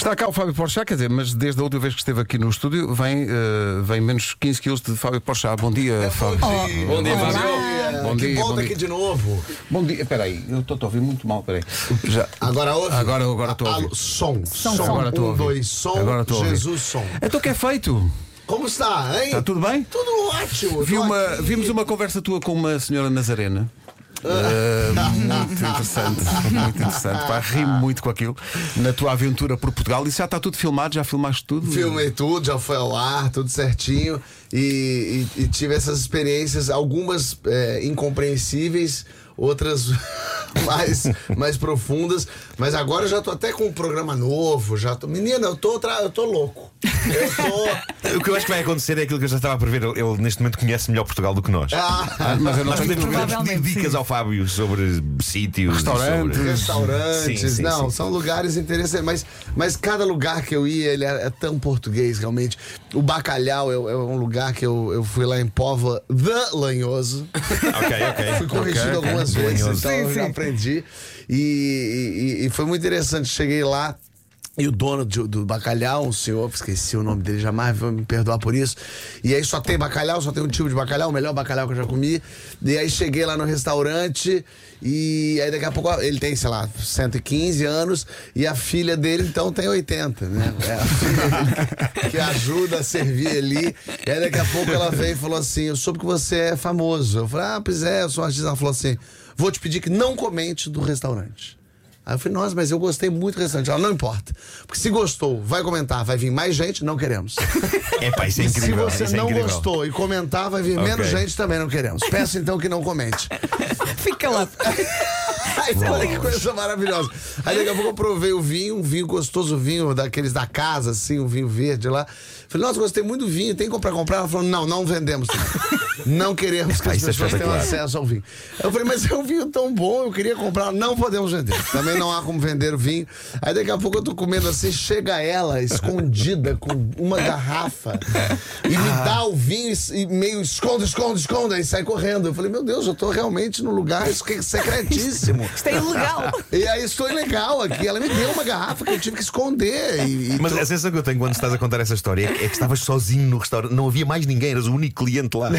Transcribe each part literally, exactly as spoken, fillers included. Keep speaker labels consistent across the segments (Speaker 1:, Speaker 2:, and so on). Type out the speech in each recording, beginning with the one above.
Speaker 1: Está cá o Fábio Porchat, quer dizer, mas desde a última vez que esteve aqui no estúdio vem, uh, vem menos quinze quilos de Fábio Porchat. Bom dia,
Speaker 2: é,
Speaker 1: Fábio.
Speaker 2: Bom dia,
Speaker 3: bom dia,
Speaker 2: Fábio.
Speaker 1: Bom dia,
Speaker 2: que volta
Speaker 1: bom
Speaker 2: aqui
Speaker 1: dia.
Speaker 2: de novo.
Speaker 1: Bom dia, espera aí, eu estou a ouvir muito mal, espera aí. Já.
Speaker 2: Agora ouve?
Speaker 1: Agora agora estou a ouvir.
Speaker 2: Ah, som, som,
Speaker 1: som. Agora estou a
Speaker 2: um,
Speaker 1: ouvir.
Speaker 2: dois, som,
Speaker 1: Agora estou a ouvir.
Speaker 2: Jesus, som.
Speaker 1: Então o que é feito?
Speaker 2: Como está, hein?
Speaker 1: Está tudo bem?
Speaker 2: Tudo ótimo.
Speaker 1: Vi
Speaker 2: tô
Speaker 1: uma,
Speaker 2: aqui.
Speaker 1: vimos uma conversa tua com uma senhora Nazarena. Uh, muito interessante, muito interessante. Pá, ri-me muito com aquilo. Na tua aventura por Portugal. Isso já está tudo filmado? Já filmaste tudo?
Speaker 2: Filmei tudo, já foi ao ar, tudo certinho. E, e- e tive essas experiências, algumas é, incompreensíveis, outras mais, mais profundas. Mas agora eu já tô até com um programa novo. Já tô... Menina, eu tô, tra... eu tô louco. Eu tô.
Speaker 3: O que eu acho que vai acontecer é aquilo que eu já estava a prever. Ele, ele, neste momento conhece melhor Portugal do que nós.
Speaker 2: Ah,
Speaker 1: Mas eu não
Speaker 3: Nós
Speaker 1: tenho
Speaker 3: podemos, podemos pedir
Speaker 4: Provavelmente,
Speaker 3: dicas
Speaker 4: sim.
Speaker 3: ao Fábio sobre sítios,
Speaker 1: Restaurantes.
Speaker 3: sobre...
Speaker 2: restaurantes,
Speaker 3: Sim, sim,
Speaker 2: não,
Speaker 3: sim.
Speaker 2: são lugares interessantes, mas, mas cada lugar que eu ia, ele é, é tão português realmente. O Bacalhau é, é um lugar que eu, eu fui lá em Póvoa de Lanhoso.
Speaker 3: Ok, ok.
Speaker 2: Fui corrigido
Speaker 1: ok, ok.
Speaker 2: algumas vezes,
Speaker 3: Lanhoso.
Speaker 2: então
Speaker 4: Sim,
Speaker 2: eu já
Speaker 4: sim.
Speaker 2: aprendi. E, e- e foi muito interessante. Cheguei lá. E o dono do, do bacalhau, um senhor, esqueci o nome dele, jamais vou me perdoar por isso. E aí só tem bacalhau, só tem um tipo de bacalhau, o melhor bacalhau que eu já comi. E aí cheguei lá no restaurante e aí daqui a pouco ele tem, sei lá, cento e quinze anos e a filha dele então tem oitenta, né? É a filha dele que ajuda a servir ali. E aí daqui a pouco ela veio e falou assim: eu soube que você é famoso. Eu falei: ah, pois é, eu sou um artista. Ela falou assim: vou te pedir que não comente do restaurante. Aí eu falei, nossa, mas eu gostei muito do restaurante. Ela, não importa. Porque se gostou, vai comentar, vai vir mais gente, não queremos.
Speaker 3: É pá, isso é
Speaker 2: E
Speaker 3: incrível.
Speaker 2: se você
Speaker 3: isso é
Speaker 2: não
Speaker 3: incrível.
Speaker 2: gostou e comentar, vai vir
Speaker 3: Ok.
Speaker 2: menos gente, também não queremos. Peço então que não comente.
Speaker 4: Fica lá.
Speaker 2: Ai, olha que coisa maravilhosa. Aí daqui a pouco eu provei o vinho, um vinho gostoso, um vinho daqueles da casa, assim, um vinho verde lá. Falei, nossa, gostei muito do vinho, tem como pra comprar? Ela falou, não, não vendemos. Não queremos que
Speaker 3: Ah,
Speaker 2: as
Speaker 3: isso é
Speaker 2: pessoas tenham
Speaker 3: espetacular.
Speaker 2: acesso ao vinho. Eu falei, mas é um vinho tão bom, eu queria comprar. Não podemos vender. Também não há como vender o vinho. Aí daqui a pouco eu tô comendo assim, chega ela, escondida, com uma garrafa, e me dá o vinho e, e meio esconde, esconde, esconde, aí sai correndo. Eu falei, meu Deus, eu tô realmente num lugar secretíssimo.
Speaker 4: Isto é ilegal.
Speaker 2: E aí estou ilegal aqui. Ela me deu uma garrafa que eu tive que esconder. E, e
Speaker 3: Mas
Speaker 2: tô-
Speaker 3: a sensação que eu tenho quando estás a contar essa história é que, é que estavas sozinho no restaurante, não havia mais ninguém, eras o único cliente lá.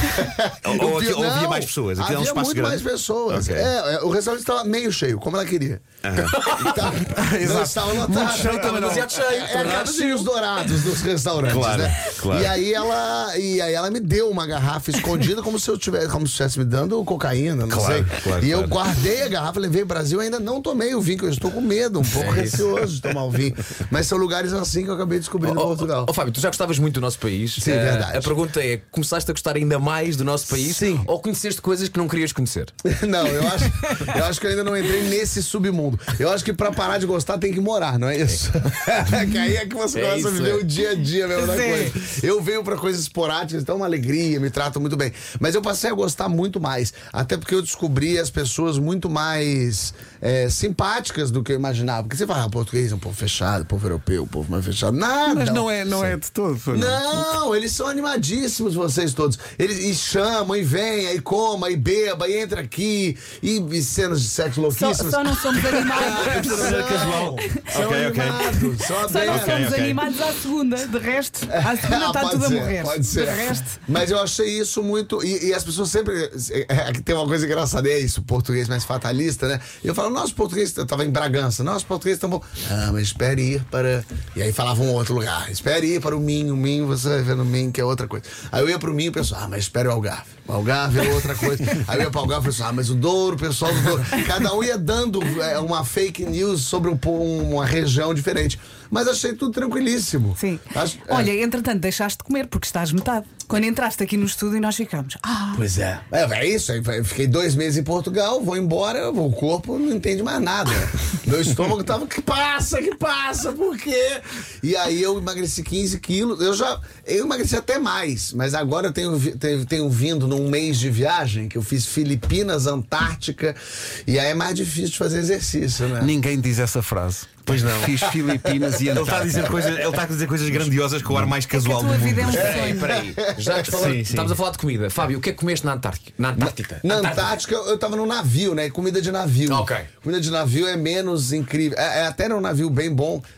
Speaker 3: ou, ou,
Speaker 2: Eu-
Speaker 3: ou havia
Speaker 2: não,
Speaker 3: mais pessoas, aquilo é um
Speaker 2: havia
Speaker 3: espaço
Speaker 2: muito
Speaker 3: grande.
Speaker 2: mais pessoas.
Speaker 3: Ok.
Speaker 2: É, é, o restaurante estava meio cheio, como ela queria. Então, não estava lotado.
Speaker 1: cheio também não.
Speaker 2: Demasiado cheio. É, é a casa dos dourados dos restaurantes,
Speaker 3: Claro,
Speaker 2: né?
Speaker 3: claro.
Speaker 2: E aí ela, e aí ela me deu uma garrafa escondida como se eu tivesse, como se estivesse me dando cocaína, não
Speaker 3: Claro,
Speaker 2: sei.
Speaker 3: claro,
Speaker 2: e eu
Speaker 3: claro.
Speaker 2: guardei a garrafa, levei ao Brasil, ainda não tomei o vinho, que eu estou com medo, um pouco receoso de tomar o vinho. Mas são lugares assim que eu acabei descobrindo em
Speaker 5: Ó,
Speaker 2: Portugal.
Speaker 5: ó, Fábio, tu já gostavas muito do nosso país.
Speaker 2: Sim,
Speaker 5: Eh,
Speaker 2: verdade.
Speaker 5: A pergunta é: começaste a gostar ainda mais do nosso país?
Speaker 2: Sim.
Speaker 5: Ou conheceste coisas que não querias conhecer?
Speaker 2: Não, eu acho, eu acho que eu ainda não entrei nesse submundo. Eu acho que pra parar de gostar tem que morar, não é isso? Que aí é que você
Speaker 5: É
Speaker 2: começa a
Speaker 5: isso,
Speaker 2: viver
Speaker 5: é.
Speaker 2: o dia a dia mesmo da
Speaker 4: Sim.
Speaker 2: coisa. Eu venho pra coisas esporádicas, então é uma alegria, me tratam muito bem. Mas eu passei a gostar muito mais. Até porque eu descobri as pessoas muito mais é, simpáticas do que eu imaginava. Porque você fala, ah, português é um povo fechado, povo europeu, povo mais fechado. Nada.
Speaker 1: Mas não é, não é de todo. foi, não.
Speaker 2: Não, eles são animadíssimos, vocês todos. Eles e chamam, e vem, e coma, e beba, e entra aqui, e, e cenas de sexo
Speaker 4: Só,
Speaker 2: louquíssimas.
Speaker 4: só não somos animados.
Speaker 2: São, são
Speaker 3: Ok, ok.
Speaker 2: animados, são
Speaker 4: Só não
Speaker 2: abertos.
Speaker 4: somos
Speaker 3: ok.
Speaker 4: animados à segunda. De resto, à segunda
Speaker 2: Ah,
Speaker 4: está
Speaker 2: pode
Speaker 4: tudo
Speaker 2: ser,
Speaker 4: a morrer.
Speaker 2: Pode ser.
Speaker 4: De resto.
Speaker 2: Mas eu achei isso muito. E, e as pessoas sempre. É, tem uma coisa engraçada, é isso, o português mais fatalista, né? Eu falo, nosso português. Eu tava em Bragança, nosso português tão bom. Ah, mas espere ir para. E aí falava um outro lugar. Espere ir para o Minho, o Minho, você vai ver no Minho, que é outra coisa. Aí eu ia para o Minho e o pessoal, ah, mas espere o Algarve. O Algarve é outra coisa. Aí eu ia para o Algarve e o pessoal, ah, mas o Douro, o pessoal do Douro. Cada um ia dando é, uma fake news sobre um, uma região diferente. Mas achei tudo tranquilíssimo.
Speaker 4: Sim.
Speaker 2: Acho- é.
Speaker 4: Olha, entretanto, deixaste de comer porque estás metade. Quando entraste aqui no estúdio, nós ficamos. Ah,
Speaker 2: Pois é. É, é isso. Eu fiquei dois meses em Portugal, vou embora, o corpo não entende mais nada. Meu estômago tava, que passa, que passa, por quê? E aí eu emagreci quinze quilos. Eu já. Eu emagreci até mais, mas agora eu tenho, vi- tenho, tenho vindo num mês de viagem, que eu fiz Filipinas, Antártica, e aí é mais difícil de fazer exercício, né?
Speaker 1: Ninguém diz essa frase.
Speaker 3: Pois não.
Speaker 1: Fiz Filipinas e
Speaker 3: Ele está a
Speaker 1: Antártica.
Speaker 3: dizer coisas, ele está a dizer coisas grandiosas com o ar mais
Speaker 4: que a
Speaker 3: casual do
Speaker 4: tua
Speaker 3: mundo.
Speaker 4: vida é um
Speaker 5: Peraí,
Speaker 4: sonho.
Speaker 5: peraí. Já que fala-
Speaker 3: Sim, sim.
Speaker 5: estamos a falar de comida. Fábio, o que é que comeste na Antártica? Na Antártica?
Speaker 2: Na Antártica eu eu tava num navio, né? Comida de navio.
Speaker 5: Ok.
Speaker 2: Comida de navio é menos incrível. É, é até num navio bem bom.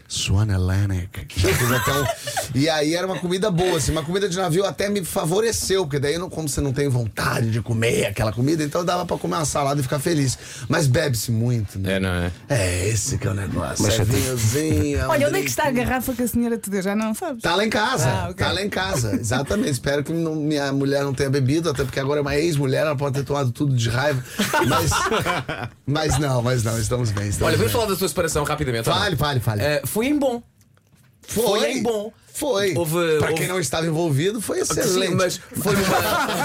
Speaker 2: Swan Atlantic. Já fiz até um... E aí era uma comida boa, assim, uma comida de navio até me favoreceu, porque daí, não, como você não tem vontade de comer aquela comida, então dava pra comer uma salada e ficar feliz. Mas bebe-se muito, né?
Speaker 5: É, não é?
Speaker 2: É, esse que é o negócio.
Speaker 1: Mas
Speaker 2: é vinhozinho, é um
Speaker 4: Olha, onde é
Speaker 2: drink.
Speaker 4: que está a garrafa que a senhora te deu? Já não sabes?
Speaker 2: Tá lá em casa,
Speaker 4: Ah, ok.
Speaker 2: tá lá em casa, exatamente. Espero que não- minha mulher não tenha bebido, até porque agora é uma ex-mulher, ela pode ter tomado tudo de raiva. Mas, mas não, mas não, estamos bem. Estamos
Speaker 5: Olha,
Speaker 2: bem.
Speaker 5: vamos falar da tua separação rapidamente. ou não?
Speaker 2: Fale, fale, fale.
Speaker 5: Eh, foi em bom.
Speaker 2: Foi,
Speaker 5: foi em bom.
Speaker 2: Foi.
Speaker 5: Houve-
Speaker 2: pra
Speaker 5: houve-
Speaker 2: quem não estava envolvido, foi excelente.
Speaker 5: Sim, mas foi uma.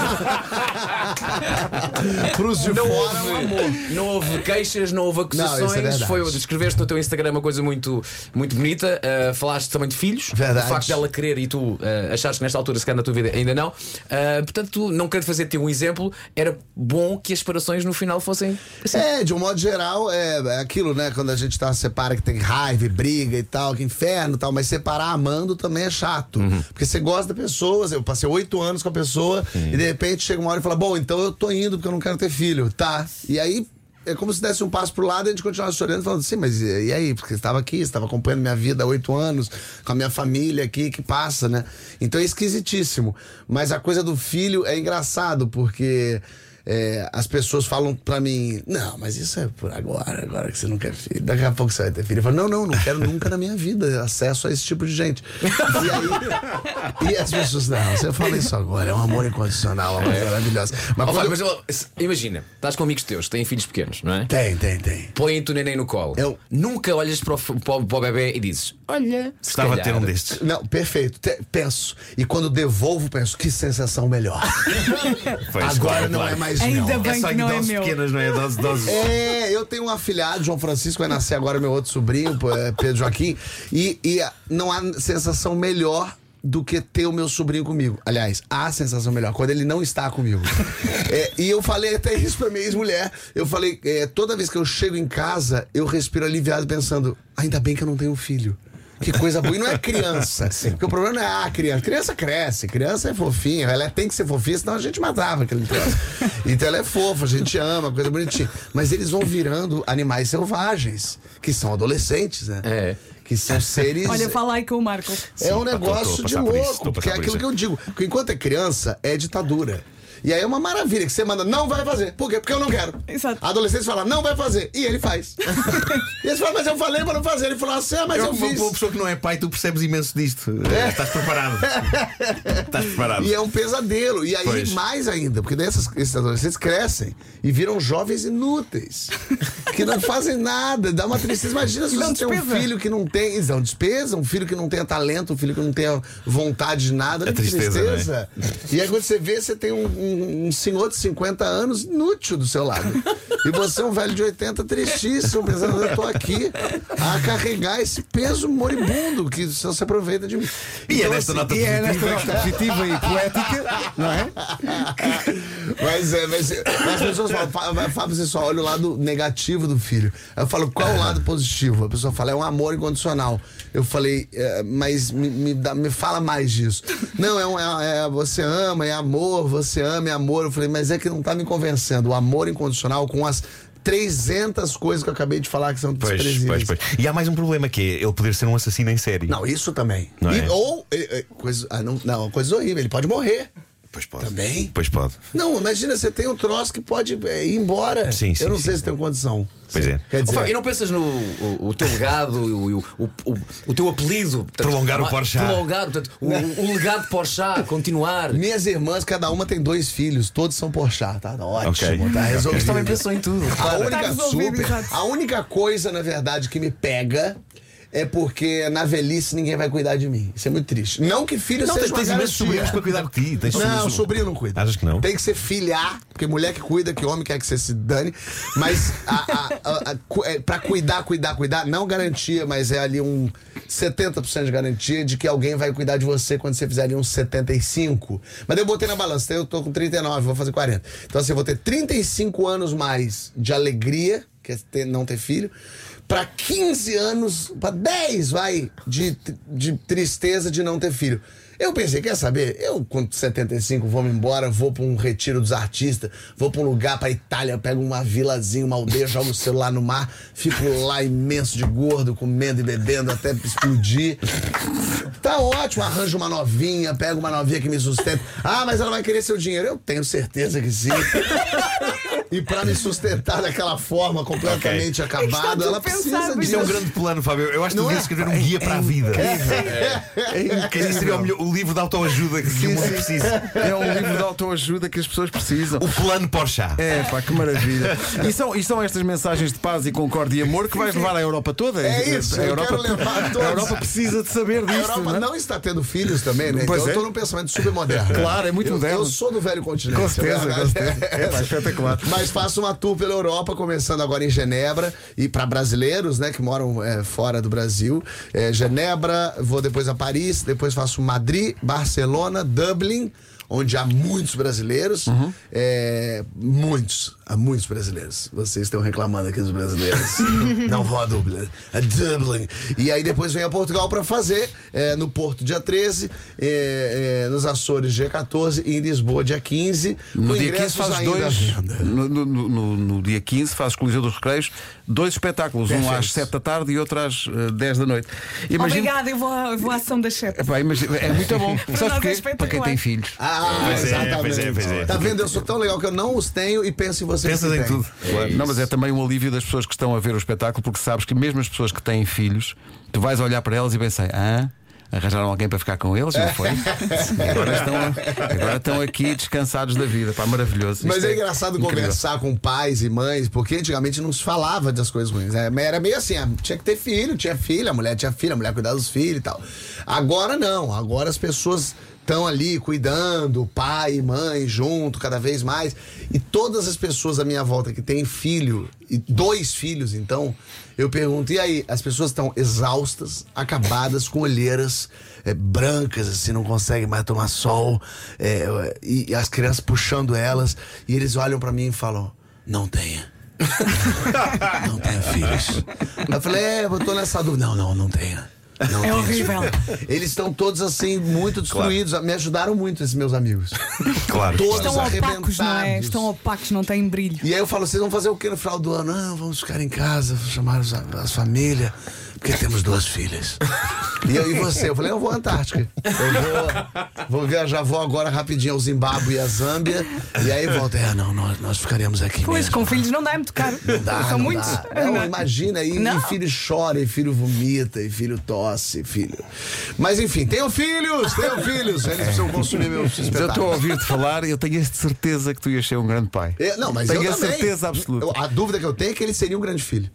Speaker 2: Pros de
Speaker 5: Não
Speaker 2: fora, um
Speaker 5: houve,
Speaker 2: amor.
Speaker 5: não houve queixas, não houve
Speaker 2: Não, isso é
Speaker 5: acusações.
Speaker 2: verdade.
Speaker 5: Foi, descreveste no teu Instagram uma coisa muito, muito bonita. Uh, falaste também de filhos.
Speaker 2: Verdade.
Speaker 5: O facto dela querer e tu uh, achares que nesta altura se calhar na tua vida ainda não. Uh, portanto, tu não querendo fazer-te um exemplo, era bom que as separações no final fossem assim.
Speaker 2: É, de um modo geral, é, é aquilo, né? Quando a gente tá separa, que tem raiva e briga e tal, que inferno e tal, mas separar amando também é chato. Porque você gosta da pessoa, eu passei oito anos com a pessoa e de repente chega uma hora e fala: bom, então eu tô indo porque eu não quero ter filho. Tá. E aí é como se desse um passo pro lado e a gente continuasse chorando, falando assim, mas e e aí? Porque você estava aqui, você estava acompanhando minha vida há oito anos, com a minha família aqui, que passa, né? Então é esquisitíssimo. Mas a coisa do filho é engraçado, porque é, as pessoas falam pra mim: não, mas isso é por agora, agora que você não quer filho. Daqui a pouco você vai ter filho. Eu falo: não, não, não quero nunca na minha vida acesso a esse tipo de gente. E aí, e as pessoas: não, você fala isso agora, é um amor incondicional, uma coisa maravilhosa. Mas
Speaker 5: Oh,
Speaker 2: quando
Speaker 5: Fábio,
Speaker 2: eu-
Speaker 5: mas, oh, imagina, estás com amigos teus, têm filhos pequenos, não é?
Speaker 2: Tem, tem, tem.
Speaker 5: Põem-te o neném no colo.
Speaker 2: Eu-
Speaker 5: Nunca olhas para o, f- para o- para o bebê e dizes: olha, se
Speaker 3: Gostava de ter
Speaker 5: calhar-
Speaker 3: um destes.
Speaker 2: Não, perfeito. Te- penso. E quando devolvo, penso: que sensação melhor.
Speaker 3: Pois,
Speaker 2: Agora
Speaker 3: claro,
Speaker 2: não
Speaker 3: claro.
Speaker 2: é mais
Speaker 4: Ainda
Speaker 2: meu.
Speaker 4: bem
Speaker 3: É só
Speaker 4: que
Speaker 3: em
Speaker 4: não é
Speaker 3: doses
Speaker 4: meu.
Speaker 3: pequenas, não é? Doses, doses.
Speaker 2: É, eu tenho um afilhado, João Francisco, vai nascer agora meu outro sobrinho, pô, é, Pedro Joaquim, e, e ah, não há sensação melhor do que ter o meu sobrinho comigo. Aliás, há sensação melhor quando ele não está comigo. É, e eu falei até isso pra minha ex-mulher. Eu falei: é, toda vez que eu chego em casa, eu respiro aliviado pensando: ainda bem que eu não tenho filho. Que coisa boa. E não é criança. Porque o problema não é a criança. Criança cresce, criança é fofinha. Ela tem que ser fofinha, senão a gente matava aquele troço. Então ela é fofa, a gente ama, coisa bonitinha. Mas eles vão virando animais selvagens, que são adolescentes, né?
Speaker 5: É.
Speaker 2: Que são seres.
Speaker 4: Olha, fala aí com o Marco.
Speaker 2: É um
Speaker 3: Sim, tô- tô a
Speaker 2: negócio de
Speaker 3: passar por isso, tô
Speaker 2: louco,
Speaker 3: a
Speaker 2: porque é
Speaker 3: passar por
Speaker 2: aquilo
Speaker 3: isso.
Speaker 2: que eu digo. Porque enquanto é criança, é ditadura. E aí é uma maravilha que você manda: não vai fazer. Por quê? Porque eu não quero.
Speaker 4: Exato.
Speaker 2: A adolescente fala: não vai fazer. E ele faz. E eles falam: mas eu falei pra não fazer. Ele falou assim: ah, mas
Speaker 3: Eu,
Speaker 2: eu
Speaker 3: uma
Speaker 2: fiz.
Speaker 3: boa pessoa que não é pai, tu percebes imenso disto. Eh, Estás preparado. Estás preparado.
Speaker 2: E é um pesadelo. E aí,
Speaker 3: Pois.
Speaker 2: mais ainda, porque daí essas, esses adolescentes crescem e viram jovens inúteis, que não fazem nada. Dá uma tristeza. Imagina se
Speaker 4: Não
Speaker 2: você tem um
Speaker 4: despesa.
Speaker 2: filho que não tem. Não, despesa, um filho que não tenha talento, um filho que não tenha vontade de nada.
Speaker 3: É
Speaker 2: Que
Speaker 3: tristeza,
Speaker 2: tristeza. E aí, quando você vê, você tem um, um- um senhor de cinquenta anos inútil do seu lado. E você é um velho de oitenta tristíssimo, pensando: eu tô aqui a carregar esse peso moribundo que só se aproveita de mim.
Speaker 3: E é
Speaker 2: Então,
Speaker 3: nesta
Speaker 2: assim,
Speaker 3: nota
Speaker 1: E é nesta
Speaker 3: positiva.
Speaker 1: nota positiva e poética, não é?
Speaker 2: Mas é, mas, mas as pessoas falam: "Fá- Fábio, você só olha o lado negativo do filho." Aí eu falo: qual é o lado positivo? A pessoa fala: é um amor incondicional. Eu falei: "É, mas me, me, dá- me fala mais disso." Não, é, um, é, é você ama, é amor, você ama, é amor. Eu falei: mas é que não tá me convencendo. O amor incondicional com as trezentas coisas que eu acabei de falar que são
Speaker 3: Pois,
Speaker 2: desprezíveis.
Speaker 3: pois, pois. E há mais um problema que é ele poder ser um assassino em série.
Speaker 2: Não, isso também.
Speaker 3: Não
Speaker 2: E-
Speaker 3: é?
Speaker 2: Ou, é, é, coisa, ah, não, não, coisa horrível, ele pode morrer.
Speaker 3: Pois pode.
Speaker 2: Também?
Speaker 3: Pois pode.
Speaker 2: Não, imagina, você tem um troço que pode é, ir embora.
Speaker 3: Sim, sim,
Speaker 2: Eu não
Speaker 3: sim,
Speaker 2: sei se
Speaker 3: sim.
Speaker 2: tem condição.
Speaker 3: Pois é.
Speaker 2: Quer
Speaker 5: Oh,
Speaker 2: dizer,
Speaker 5: Fábio, e não pensas no o, o teu legado, o, o, o, o, o teu apelido? Portanto,
Speaker 3: Prolongar o
Speaker 5: ma-
Speaker 3: Porchat.
Speaker 5: Prolongar, portanto, o, o legado de Porchat, continuar.
Speaker 2: minhas irmãs, cada uma tem dois filhos, todos são Porchat, tá ótimo,
Speaker 3: Ok.
Speaker 2: tá resolvido.
Speaker 5: Mas também pensou em tudo.
Speaker 2: A
Speaker 5: Claro.
Speaker 2: única,
Speaker 4: Tá resolvido,
Speaker 2: super,
Speaker 4: exato.
Speaker 2: a única coisa, na verdade, que me pega é porque na velhice ninguém vai cuidar de mim. Isso é muito triste. Não que filho
Speaker 3: Não,
Speaker 2: seja
Speaker 3: tens,
Speaker 2: uma
Speaker 3: tens imensos
Speaker 2: garantia.
Speaker 3: sobrinhos para cuidar de ti. Tens
Speaker 2: Não,
Speaker 3: sobrinhos-
Speaker 2: sobrinho não cuida.
Speaker 3: Achas que não?
Speaker 2: Tem que ser filhar, porque mulher que cuida, que homem quer que você se dane. Mas a, a, a, a, cu- é, pra cuidar, cuidar, cuidar, não garantia, mas é ali um setenta por cento de garantia de que alguém vai cuidar de você quando você fizer ali uns setenta e cinco. Mas eu botei na balança, eu tô com trinta e nove, vou fazer quarenta. Então assim, eu vou ter trinta e cinco anos mais de alegria, que é ter, não ter filho, pra quinze anos, pra dez, vai, de, de tristeza de não ter filho. Eu pensei, quer saber? Eu, com setenta e cinco, vou me embora, vou pra um retiro dos artistas, vou pra um lugar pra Itália, pego uma vilazinha, uma aldeia, jogo o celular no mar, fico lá imenso de gordo, comendo e bebendo até explodir. Tá ótimo, arranjo uma novinha, pego uma novinha que me sustenta. Ah, mas ela vai querer seu dinheiro. Eu tenho certeza que sim. E pra me sustentar daquela forma completamente
Speaker 3: okay.
Speaker 2: acabada, ela precisa
Speaker 3: Isso
Speaker 2: de...
Speaker 3: é um grande plano, Fábio. Eu acho que
Speaker 2: Não
Speaker 3: devia
Speaker 2: é?
Speaker 3: escrever um guia para a vida.
Speaker 1: É, é
Speaker 3: Esse seria o, melhor, o livro de autoajuda que
Speaker 1: Sim,
Speaker 3: o mundo
Speaker 1: sim.
Speaker 3: precisa.
Speaker 1: É um livro de autoajuda que as pessoas precisam.
Speaker 3: O plano Porsche.
Speaker 1: É, pá, que maravilha. E são, e são estas mensagens de paz e concórdia e amor que vais levar à Europa toda?
Speaker 2: É isso,
Speaker 1: a
Speaker 2: eu
Speaker 1: Europa,
Speaker 2: quero levar todos.
Speaker 1: A Europa precisa de saber
Speaker 2: A
Speaker 1: disto.
Speaker 2: Europa
Speaker 1: não, é?
Speaker 2: não está tendo filhos também, né?
Speaker 1: Pois
Speaker 2: então
Speaker 1: é.
Speaker 2: eu tô num pensamento super moderno.
Speaker 1: Claro, é muito
Speaker 2: eu,
Speaker 1: moderno.
Speaker 2: Eu sou do velho continente.
Speaker 1: Com certeza,
Speaker 2: é
Speaker 1: com certeza. É, pá, espetacular.
Speaker 2: Mas faço uma tour pela Europa, começando agora em Genebra, e para brasileiros, né, que moram é, fora do Brasil. É, Genebra, vou depois a Paris, depois faço Madrid, Barcelona, Dublin, onde há muitos brasileiros. Uhum. É, muitos, há muitos brasileiros. Vocês estão reclamando aqui dos brasileiros. Não vou a Dublin, a Dublin. E aí depois venho a Portugal para fazer, é, no Porto dia treze, é, é, nos Açores dia quatorze e em Lisboa dia quinze.
Speaker 1: No dia quinze fazes dois. No, no, no, no dia quinze fazes Coliseu dos Recreios, dois espetáculos,
Speaker 2: Perfeito.
Speaker 1: um às sete da tarde e outro às uh, dez da noite. Imagino...
Speaker 4: Obrigada, eu vou à, eu vou à ação das sete.
Speaker 1: Epá, imagina... É muito bom.
Speaker 4: Para
Speaker 1: Sabes
Speaker 4: nós é
Speaker 1: porquê?
Speaker 4: espetacular.
Speaker 1: Para quem tem filhos.
Speaker 2: Ah,
Speaker 3: Pois é,
Speaker 2: exatamente.
Speaker 3: pois é, pois é.
Speaker 2: Tá vendo? Eu sou tão legal que eu não os tenho e penso em vocês.
Speaker 3: Pensas
Speaker 2: que
Speaker 3: em
Speaker 2: têm.
Speaker 3: tudo.
Speaker 1: Claro. Não, mas é também um alívio das pessoas que estão a ver o espetáculo, porque sabes que mesmo as pessoas que têm filhos, tu vais olhar para elas e pensei, ah, arranjaram alguém para ficar com eles, não foi? Agora estão, agora estão aqui descansados da vida, pá, maravilhoso.
Speaker 2: Mas
Speaker 1: Isto
Speaker 2: é engraçado
Speaker 1: incrível.
Speaker 2: conversar com pais e mães, porque antigamente não se falava das coisas ruins. Né? Era meio assim, ah, tinha que ter filho, tinha filha, a mulher tinha filha, a mulher cuidava dos filhos e tal. Agora não, agora as pessoas estão ali cuidando, pai e mãe junto, cada vez mais. E todas as pessoas à minha volta que têm filho, e dois filhos, então, eu pergunto, e aí? As pessoas estão exaustas, acabadas, com olheiras é, brancas, assim, não conseguem mais tomar sol, é, e, e as crianças puxando elas, e eles olham pra mim e falam, não tenha. Não tenha filhos. Eu falei, é, eu tô nessa dúvida. Não, não, não tenha. Não
Speaker 4: É
Speaker 2: tenha.
Speaker 4: horrível.
Speaker 2: Eles estão todos assim, muito destruídos. Claro. Me ajudaram muito esses meus amigos.
Speaker 3: Claro.
Speaker 2: Todos
Speaker 4: Estão opacos, não é?
Speaker 2: arrebentados.
Speaker 4: Estão opacos, não têm brilho.
Speaker 2: E aí eu falo, vocês vão fazer o que no final do ano? Não, vamos ficar em casa, chamar as, as famílias, porque temos duas filhas. E eu e você? Eu falei, eu vou à Antártica. Eu vou, vou viajar, vou agora rapidinho ao Zimbábue e à Zâmbia. E aí volta. É, não, nós, nós ficaremos aqui
Speaker 4: Pois,
Speaker 2: mesmo.
Speaker 4: com filhos não dá, é muito caro.
Speaker 2: Não dá,
Speaker 4: São
Speaker 2: não
Speaker 4: muitos.
Speaker 2: dá. Não, imagina aí,
Speaker 4: Não.
Speaker 2: e filho chora, e filho vomita, e filho tosse, filho. Mas enfim, tenham filhos, tenham filhos. Eles precisam consumir meus
Speaker 1: Mas eu
Speaker 2: espetáculos.
Speaker 1: estou a ouvir-te falar e eu tenho a certeza que tu ias ser um grande pai.
Speaker 2: É, não, mas
Speaker 1: tenho
Speaker 2: eu
Speaker 1: a
Speaker 2: também.
Speaker 1: certeza absoluta.
Speaker 2: Eu- a dúvida que eu tenho é que ele seria um grande filho.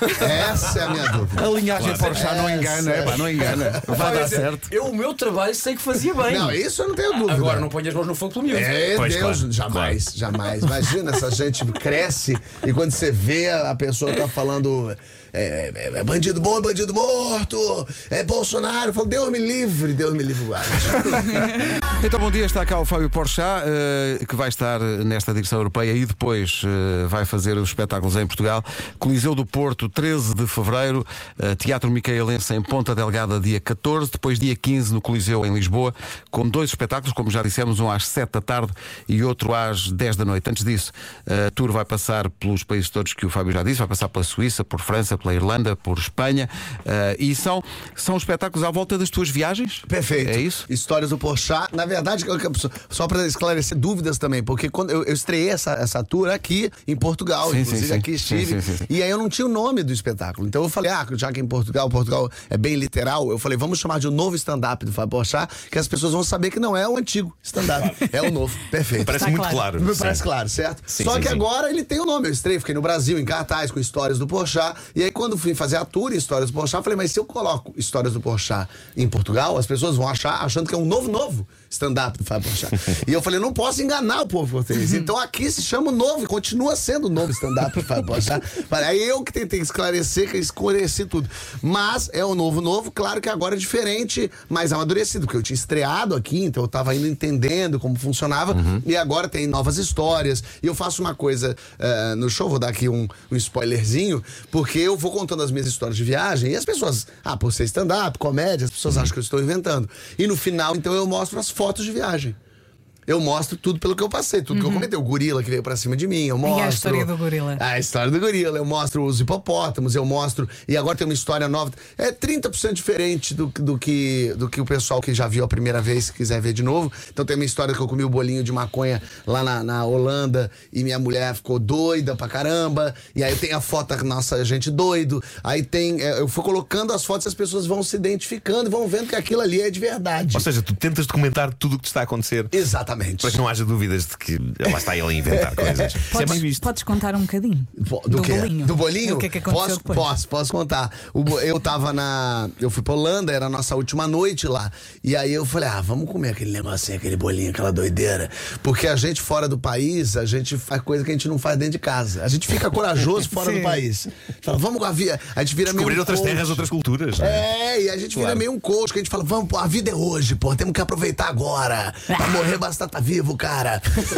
Speaker 2: Essa é a minha dúvida.
Speaker 1: A linhagem
Speaker 3: Claro.
Speaker 1: Porsche não engana, é, pá, não engana. Vai dar certo.
Speaker 5: Eu, o meu trabalho, sei que fazia bem.
Speaker 2: Não, isso eu não tenho dúvida.
Speaker 5: Agora não ponho as mãos no fogo pelo miúdo.
Speaker 2: É,
Speaker 3: Pois,
Speaker 2: Deus,
Speaker 3: claro,
Speaker 2: jamais, jamais. Imagina, essa gente cresce e quando você vê a pessoa tá falando é, é, é bandido bom, é bandido morto, é Bolsonaro, eu falo, Deus me livre, Deus me livre, guarda.
Speaker 1: Então, bom dia, está cá o Fábio Porchat, eh, que vai estar nesta direção europeia e depois eh, vai fazer os espetáculos em Portugal. Coliseu do Porto, treze de fevereiro, eh, Teatro Micaelense em Ponta Delgada, dia catorze, depois dia quinze no Coliseu em Lisboa, com dois espetáculos, como já dissemos, um às sete da tarde e outro às dez da noite. Antes disso, a tour vai passar pelos países todos que o Fábio já disse, vai passar pela Suíça, por França, pela Irlanda, por Espanha, eh, e são, são espetáculos à volta das tuas viagens?
Speaker 2: Perfeito.
Speaker 1: É isso?
Speaker 2: Histórias do Porchat. Na verdade, eu- eu- só para esclarecer dúvidas também, porque quando eu, eu estreiei essa, essa tour aqui em Portugal,
Speaker 1: Sim,
Speaker 2: inclusive
Speaker 1: sim, sim.
Speaker 2: aqui estive,
Speaker 1: Sim, sim, sim.
Speaker 2: e aí eu não tinha o nome do espetáculo. Então eu falei, ah, já que em Portugal, Portugal é bem literal, eu falei, vamos chamar de o novo stand-up do Fábio Porchat, que as pessoas vão saber que não é o antigo stand-up, é o novo. Perfeito.
Speaker 3: Parece
Speaker 4: Tá
Speaker 3: muito
Speaker 4: claro.
Speaker 3: claro.
Speaker 2: Me
Speaker 3: Sim.
Speaker 2: parece claro, certo?
Speaker 3: Sim,
Speaker 2: Só
Speaker 3: sim,
Speaker 2: que
Speaker 3: sim.
Speaker 2: agora ele tem o nome. Eu estreiei, fiquei no Brasil, em cartaz, com Histórias do Porchat. E aí, quando fui fazer a tour Histórias do Porchat, eu falei, mas se eu coloco Histórias do Porchat em Portugal, as pessoas vão achar, achando que é um novo, novo stand-up do Fábio Porchat. E eu falei, não posso enganar o povo português. Então aqui se chama o novo, e continua sendo o novo stand-up do Fábio Porchat. Aí eu que tentei esclarecer, que eu esclareci tudo. Mas é o novo, novo, claro que agora é diferente, mais amadurecido, porque eu tinha estreado aqui, então eu tava indo entendendo como funcionava, e agora tem novas histórias. E eu faço uma coisa eh, no show, vou dar aqui um, um spoilerzinho, porque eu vou contando as minhas histórias de viagem e as pessoas, ah, por ser stand-up, comédia, as pessoas acham que eu estou inventando. E no final, então, eu mostro as fotos de viagem. Eu mostro tudo pelo que eu passei, tudo uhum. que eu comentei. O gorila que veio pra cima de mim, eu mostro.
Speaker 4: E a história do gorila?
Speaker 2: A história do gorila, eu mostro os hipopótamos, eu mostro. E agora tem uma história nova. É trinta por cento diferente do, do, que, do que o pessoal que já viu a primeira vez, se quiser ver de novo. Então tem uma história que eu comi o bolinho de maconha lá na, na Holanda e minha mulher ficou doida pra caramba. E aí tem a foto da nossa gente doido. Aí tem. Eu fui colocando as fotos e as pessoas vão se identificando e vão vendo que aquilo ali é de verdade.
Speaker 3: Ou seja, tu tentas documentar tudo o que te está a acontecer.
Speaker 2: Exatamente.
Speaker 3: Para que não haja dúvidas de que lá está ele a inventar coisas.
Speaker 4: Podes,
Speaker 3: Isso é bem visto.
Speaker 4: Podes contar um bocadinho
Speaker 2: do,
Speaker 4: do
Speaker 2: quê?
Speaker 4: bolinho.
Speaker 2: Do bolinho?
Speaker 4: O que é que aconteceu
Speaker 2: posso,
Speaker 4: depois?
Speaker 2: posso, posso contar. O, eu tava na. Eu fui pra Holanda, era a nossa última noite lá. E aí eu falei, ah, vamos comer aquele negocinho, aquele bolinho, aquela doideira. Porque a gente fora do país, a gente faz coisa que a gente não faz dentro de casa. A gente fica corajoso fora
Speaker 4: Sim.
Speaker 2: do país. Fala, vamos com a vida. A gente vira
Speaker 3: Descobrir
Speaker 2: meio um
Speaker 3: outras
Speaker 2: coach.
Speaker 3: terras, outras culturas. Né?
Speaker 2: É, e a gente
Speaker 3: Claro.
Speaker 2: vira meio um coach, que a gente fala, vamos, pô, a vida é hoje, pô, temos que aproveitar agora. Pra morrer basta estar vivo, cara.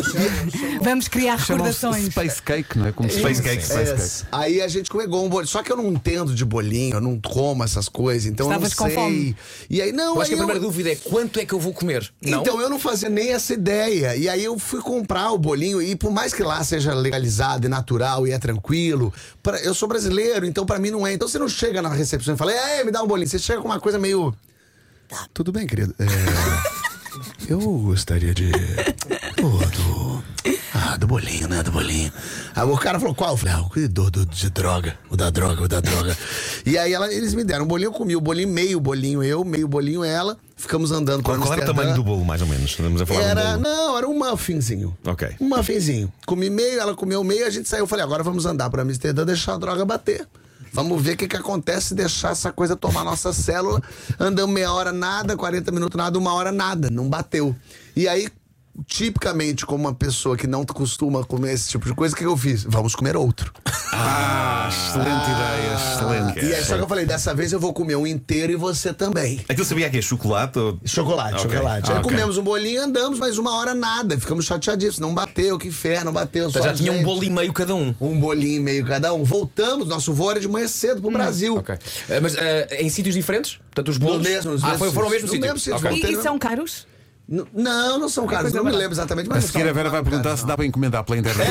Speaker 4: Vamos criar
Speaker 1: Chamam-se
Speaker 4: recordações.
Speaker 1: Space Cake, não é? Como se
Speaker 3: Space
Speaker 1: chama.
Speaker 3: Cake,
Speaker 2: É,
Speaker 3: Space Cake.
Speaker 2: é, aí a gente pegou um bolinho. Só que eu não entendo de bolinho, eu não como essas coisas, então
Speaker 4: Estavas
Speaker 2: eu
Speaker 4: com
Speaker 2: não sei.
Speaker 4: fome.
Speaker 2: E aí, não,
Speaker 5: Eu acho
Speaker 2: aí
Speaker 5: que a primeira
Speaker 2: eu...
Speaker 5: dúvida é quanto é que eu vou comer? Não?
Speaker 2: Então eu não fazia nem essa ideia. E aí eu fui comprar o bolinho. E por mais que lá seja legalizado e natural e é tranquilo, pra... eu sou brasileiro, então pra mim não é. Então você não chega na recepção e fala, é, me dá um bolinho. Você chega com uma coisa meio. Tá, tudo bem, querido. É... Eu gostaria de. Pô, do. Ah, do bolinho, né? Do bolinho. Aí o cara falou, qual? Eu falei, ah, o do, do, de droga. O da droga, o da droga. E aí ela, eles me deram um bolinho, eu comi o bolinho, meio bolinho eu, meio bolinho ela. Ficamos andando por
Speaker 3: Qual, qual era o tamanho do bolo, mais ou menos? Estamos a falar
Speaker 2: Era,
Speaker 3: de um bolo.
Speaker 2: não, era um muffinzinho.
Speaker 3: Ok.
Speaker 2: Um muffinzinho. Comi meio, ela comeu meio, a gente saiu. Eu falei, agora vamos andar por Amsterdã, deixar a droga bater. Vamos ver o que, que acontece se deixar essa coisa tomar nossa célula. Andamos meia hora nada, quarenta minutos nada, uma hora nada. Não bateu. E aí, tipicamente, como uma pessoa que não costuma comer esse tipo de coisa, o que eu fiz? Vamos comer outro.
Speaker 1: Ah, excelente ideia, excelente.
Speaker 2: E aí, só que eu falei, dessa vez eu vou comer um inteiro e você também.
Speaker 3: Aquilo sabia que é chocolate? Ou...
Speaker 2: Chocolate,
Speaker 3: Ok.
Speaker 2: chocolate.
Speaker 3: Ah,
Speaker 2: Aí
Speaker 3: ok.
Speaker 2: comemos um bolinho, andamos, mas uma hora nada. Ficamos chateadíssimos. Não bateu, que inferno, não bateu.
Speaker 5: Então
Speaker 2: só
Speaker 5: já tinha um
Speaker 2: gente.
Speaker 5: bolo e meio cada um.
Speaker 2: Um bolinho e meio cada um. Voltamos, nosso voo era de manhã cedo pro Brasil.
Speaker 5: Ok. Eh, mas eh, em sítios diferentes? Portanto, os bolos.
Speaker 2: No mesmo, nos
Speaker 5: ah,
Speaker 2: mesmos
Speaker 5: foi, foram ao mesmo
Speaker 2: sítios. No
Speaker 5: sítio.
Speaker 2: mesmo sítio.
Speaker 5: Ok.
Speaker 4: E, e são caros?
Speaker 2: N- Não, não são caros.
Speaker 4: coisa
Speaker 2: Não me
Speaker 4: barata.
Speaker 2: lembro exatamente.
Speaker 1: A
Speaker 2: Mas
Speaker 1: seguir a Vera vai perguntar se dá para encomendar pela internet.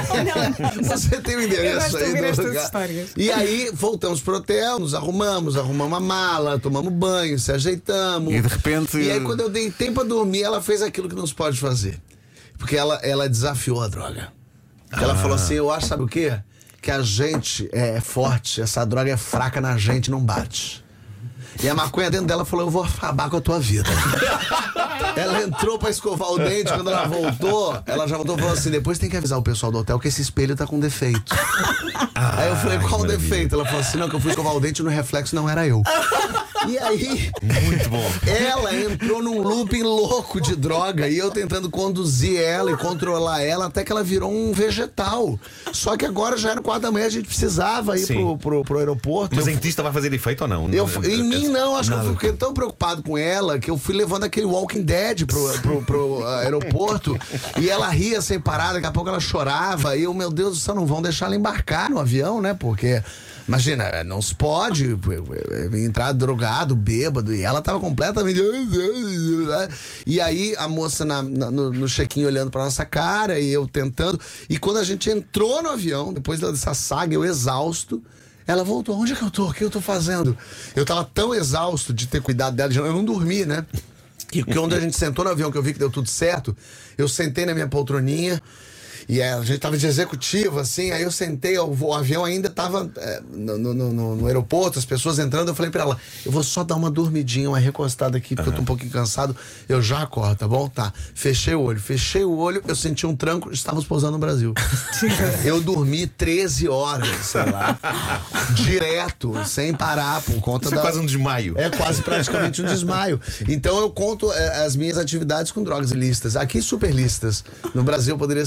Speaker 2: Você tem o
Speaker 4: Eu
Speaker 2: endereço
Speaker 4: gosto de
Speaker 2: aí
Speaker 4: ouvir
Speaker 2: do
Speaker 4: estas
Speaker 2: lugar.
Speaker 4: histórias.
Speaker 2: E aí voltamos pro hotel, nos arrumamos, arrumamos a mala, tomamos banho, se ajeitamos.
Speaker 1: E de repente-
Speaker 2: E aí quando eu dei tempo pra dormir, ela fez aquilo que não se pode fazer. Porque ela, ela desafiou a droga. Porque ela falou assim, eu acho, sabe o quê? Que a gente é forte, essa droga é fraca na gente, não bate. E a maconha dentro dela falou, eu vou acabar com a tua vida. Ela entrou pra escovar o dente, quando ela voltou, ela já voltou e falou assim, depois tem que avisar o pessoal do hotel que esse espelho tá com defeito.
Speaker 3: Ah,
Speaker 2: Aí eu falei, qual o
Speaker 3: maravilha.
Speaker 2: defeito? Ela falou assim, não, que eu fui escovar o dente no reflexo, não era eu. E aí,
Speaker 3: Muito bom.
Speaker 2: ela entrou num looping louco de droga e eu tentando conduzir ela e controlar ela até que ela virou um vegetal. Só que agora já era quatro da manhã, a gente precisava ir
Speaker 3: Sim.
Speaker 2: pro, pro, pro aeroporto.
Speaker 3: Mas
Speaker 2: Eu
Speaker 3: em ti estava a fazer efeito ou não?
Speaker 2: eu, em mim não, acho
Speaker 3: Nada.
Speaker 2: que eu fiquei tão preocupado com ela que eu fui levando aquele Walking Dead pro, pro, pro aeroporto e ela ria sem parar, daqui a pouco ela chorava e eu, meu Deus do céu, não vão deixar ela embarcar no avião, né? Porque, imagina, não se pode entrar drogado, bêbado e ela tava completamente... E aí a moça na, na, no, no check-in olhando pra nossa cara e eu tentando e quando a gente entrou no avião, depois dessa saga, eu exausto, ela voltou, onde é que eu tô? O que eu tô fazendo? Eu tava tão exausto de ter cuidado dela, eu não dormi, né? E quando a gente sentou no avião, que eu vi que deu tudo certo, eu sentei na minha poltroninha e a gente tava de executivo, assim, aí eu sentei, o, o avião ainda tava é, no, no, no, no aeroporto, as pessoas entrando, eu falei pra ela, eu vou só dar uma dormidinha, uma recostada aqui, porque uhum. eu tô um pouquinho cansado, eu já acordo, tá bom? Tá. Fechei o olho, fechei o olho, eu senti um tranco, estávamos pousando no Brasil. Eu dormi treze horas, sei lá, direto, sem parar, por conta
Speaker 3: Isso
Speaker 2: da...
Speaker 3: é quase um desmaio.
Speaker 2: É quase praticamente um desmaio. Então eu conto é, as minhas atividades com drogas ilícitas. Aqui super lícitas. No Brasil eu poderia ser preso.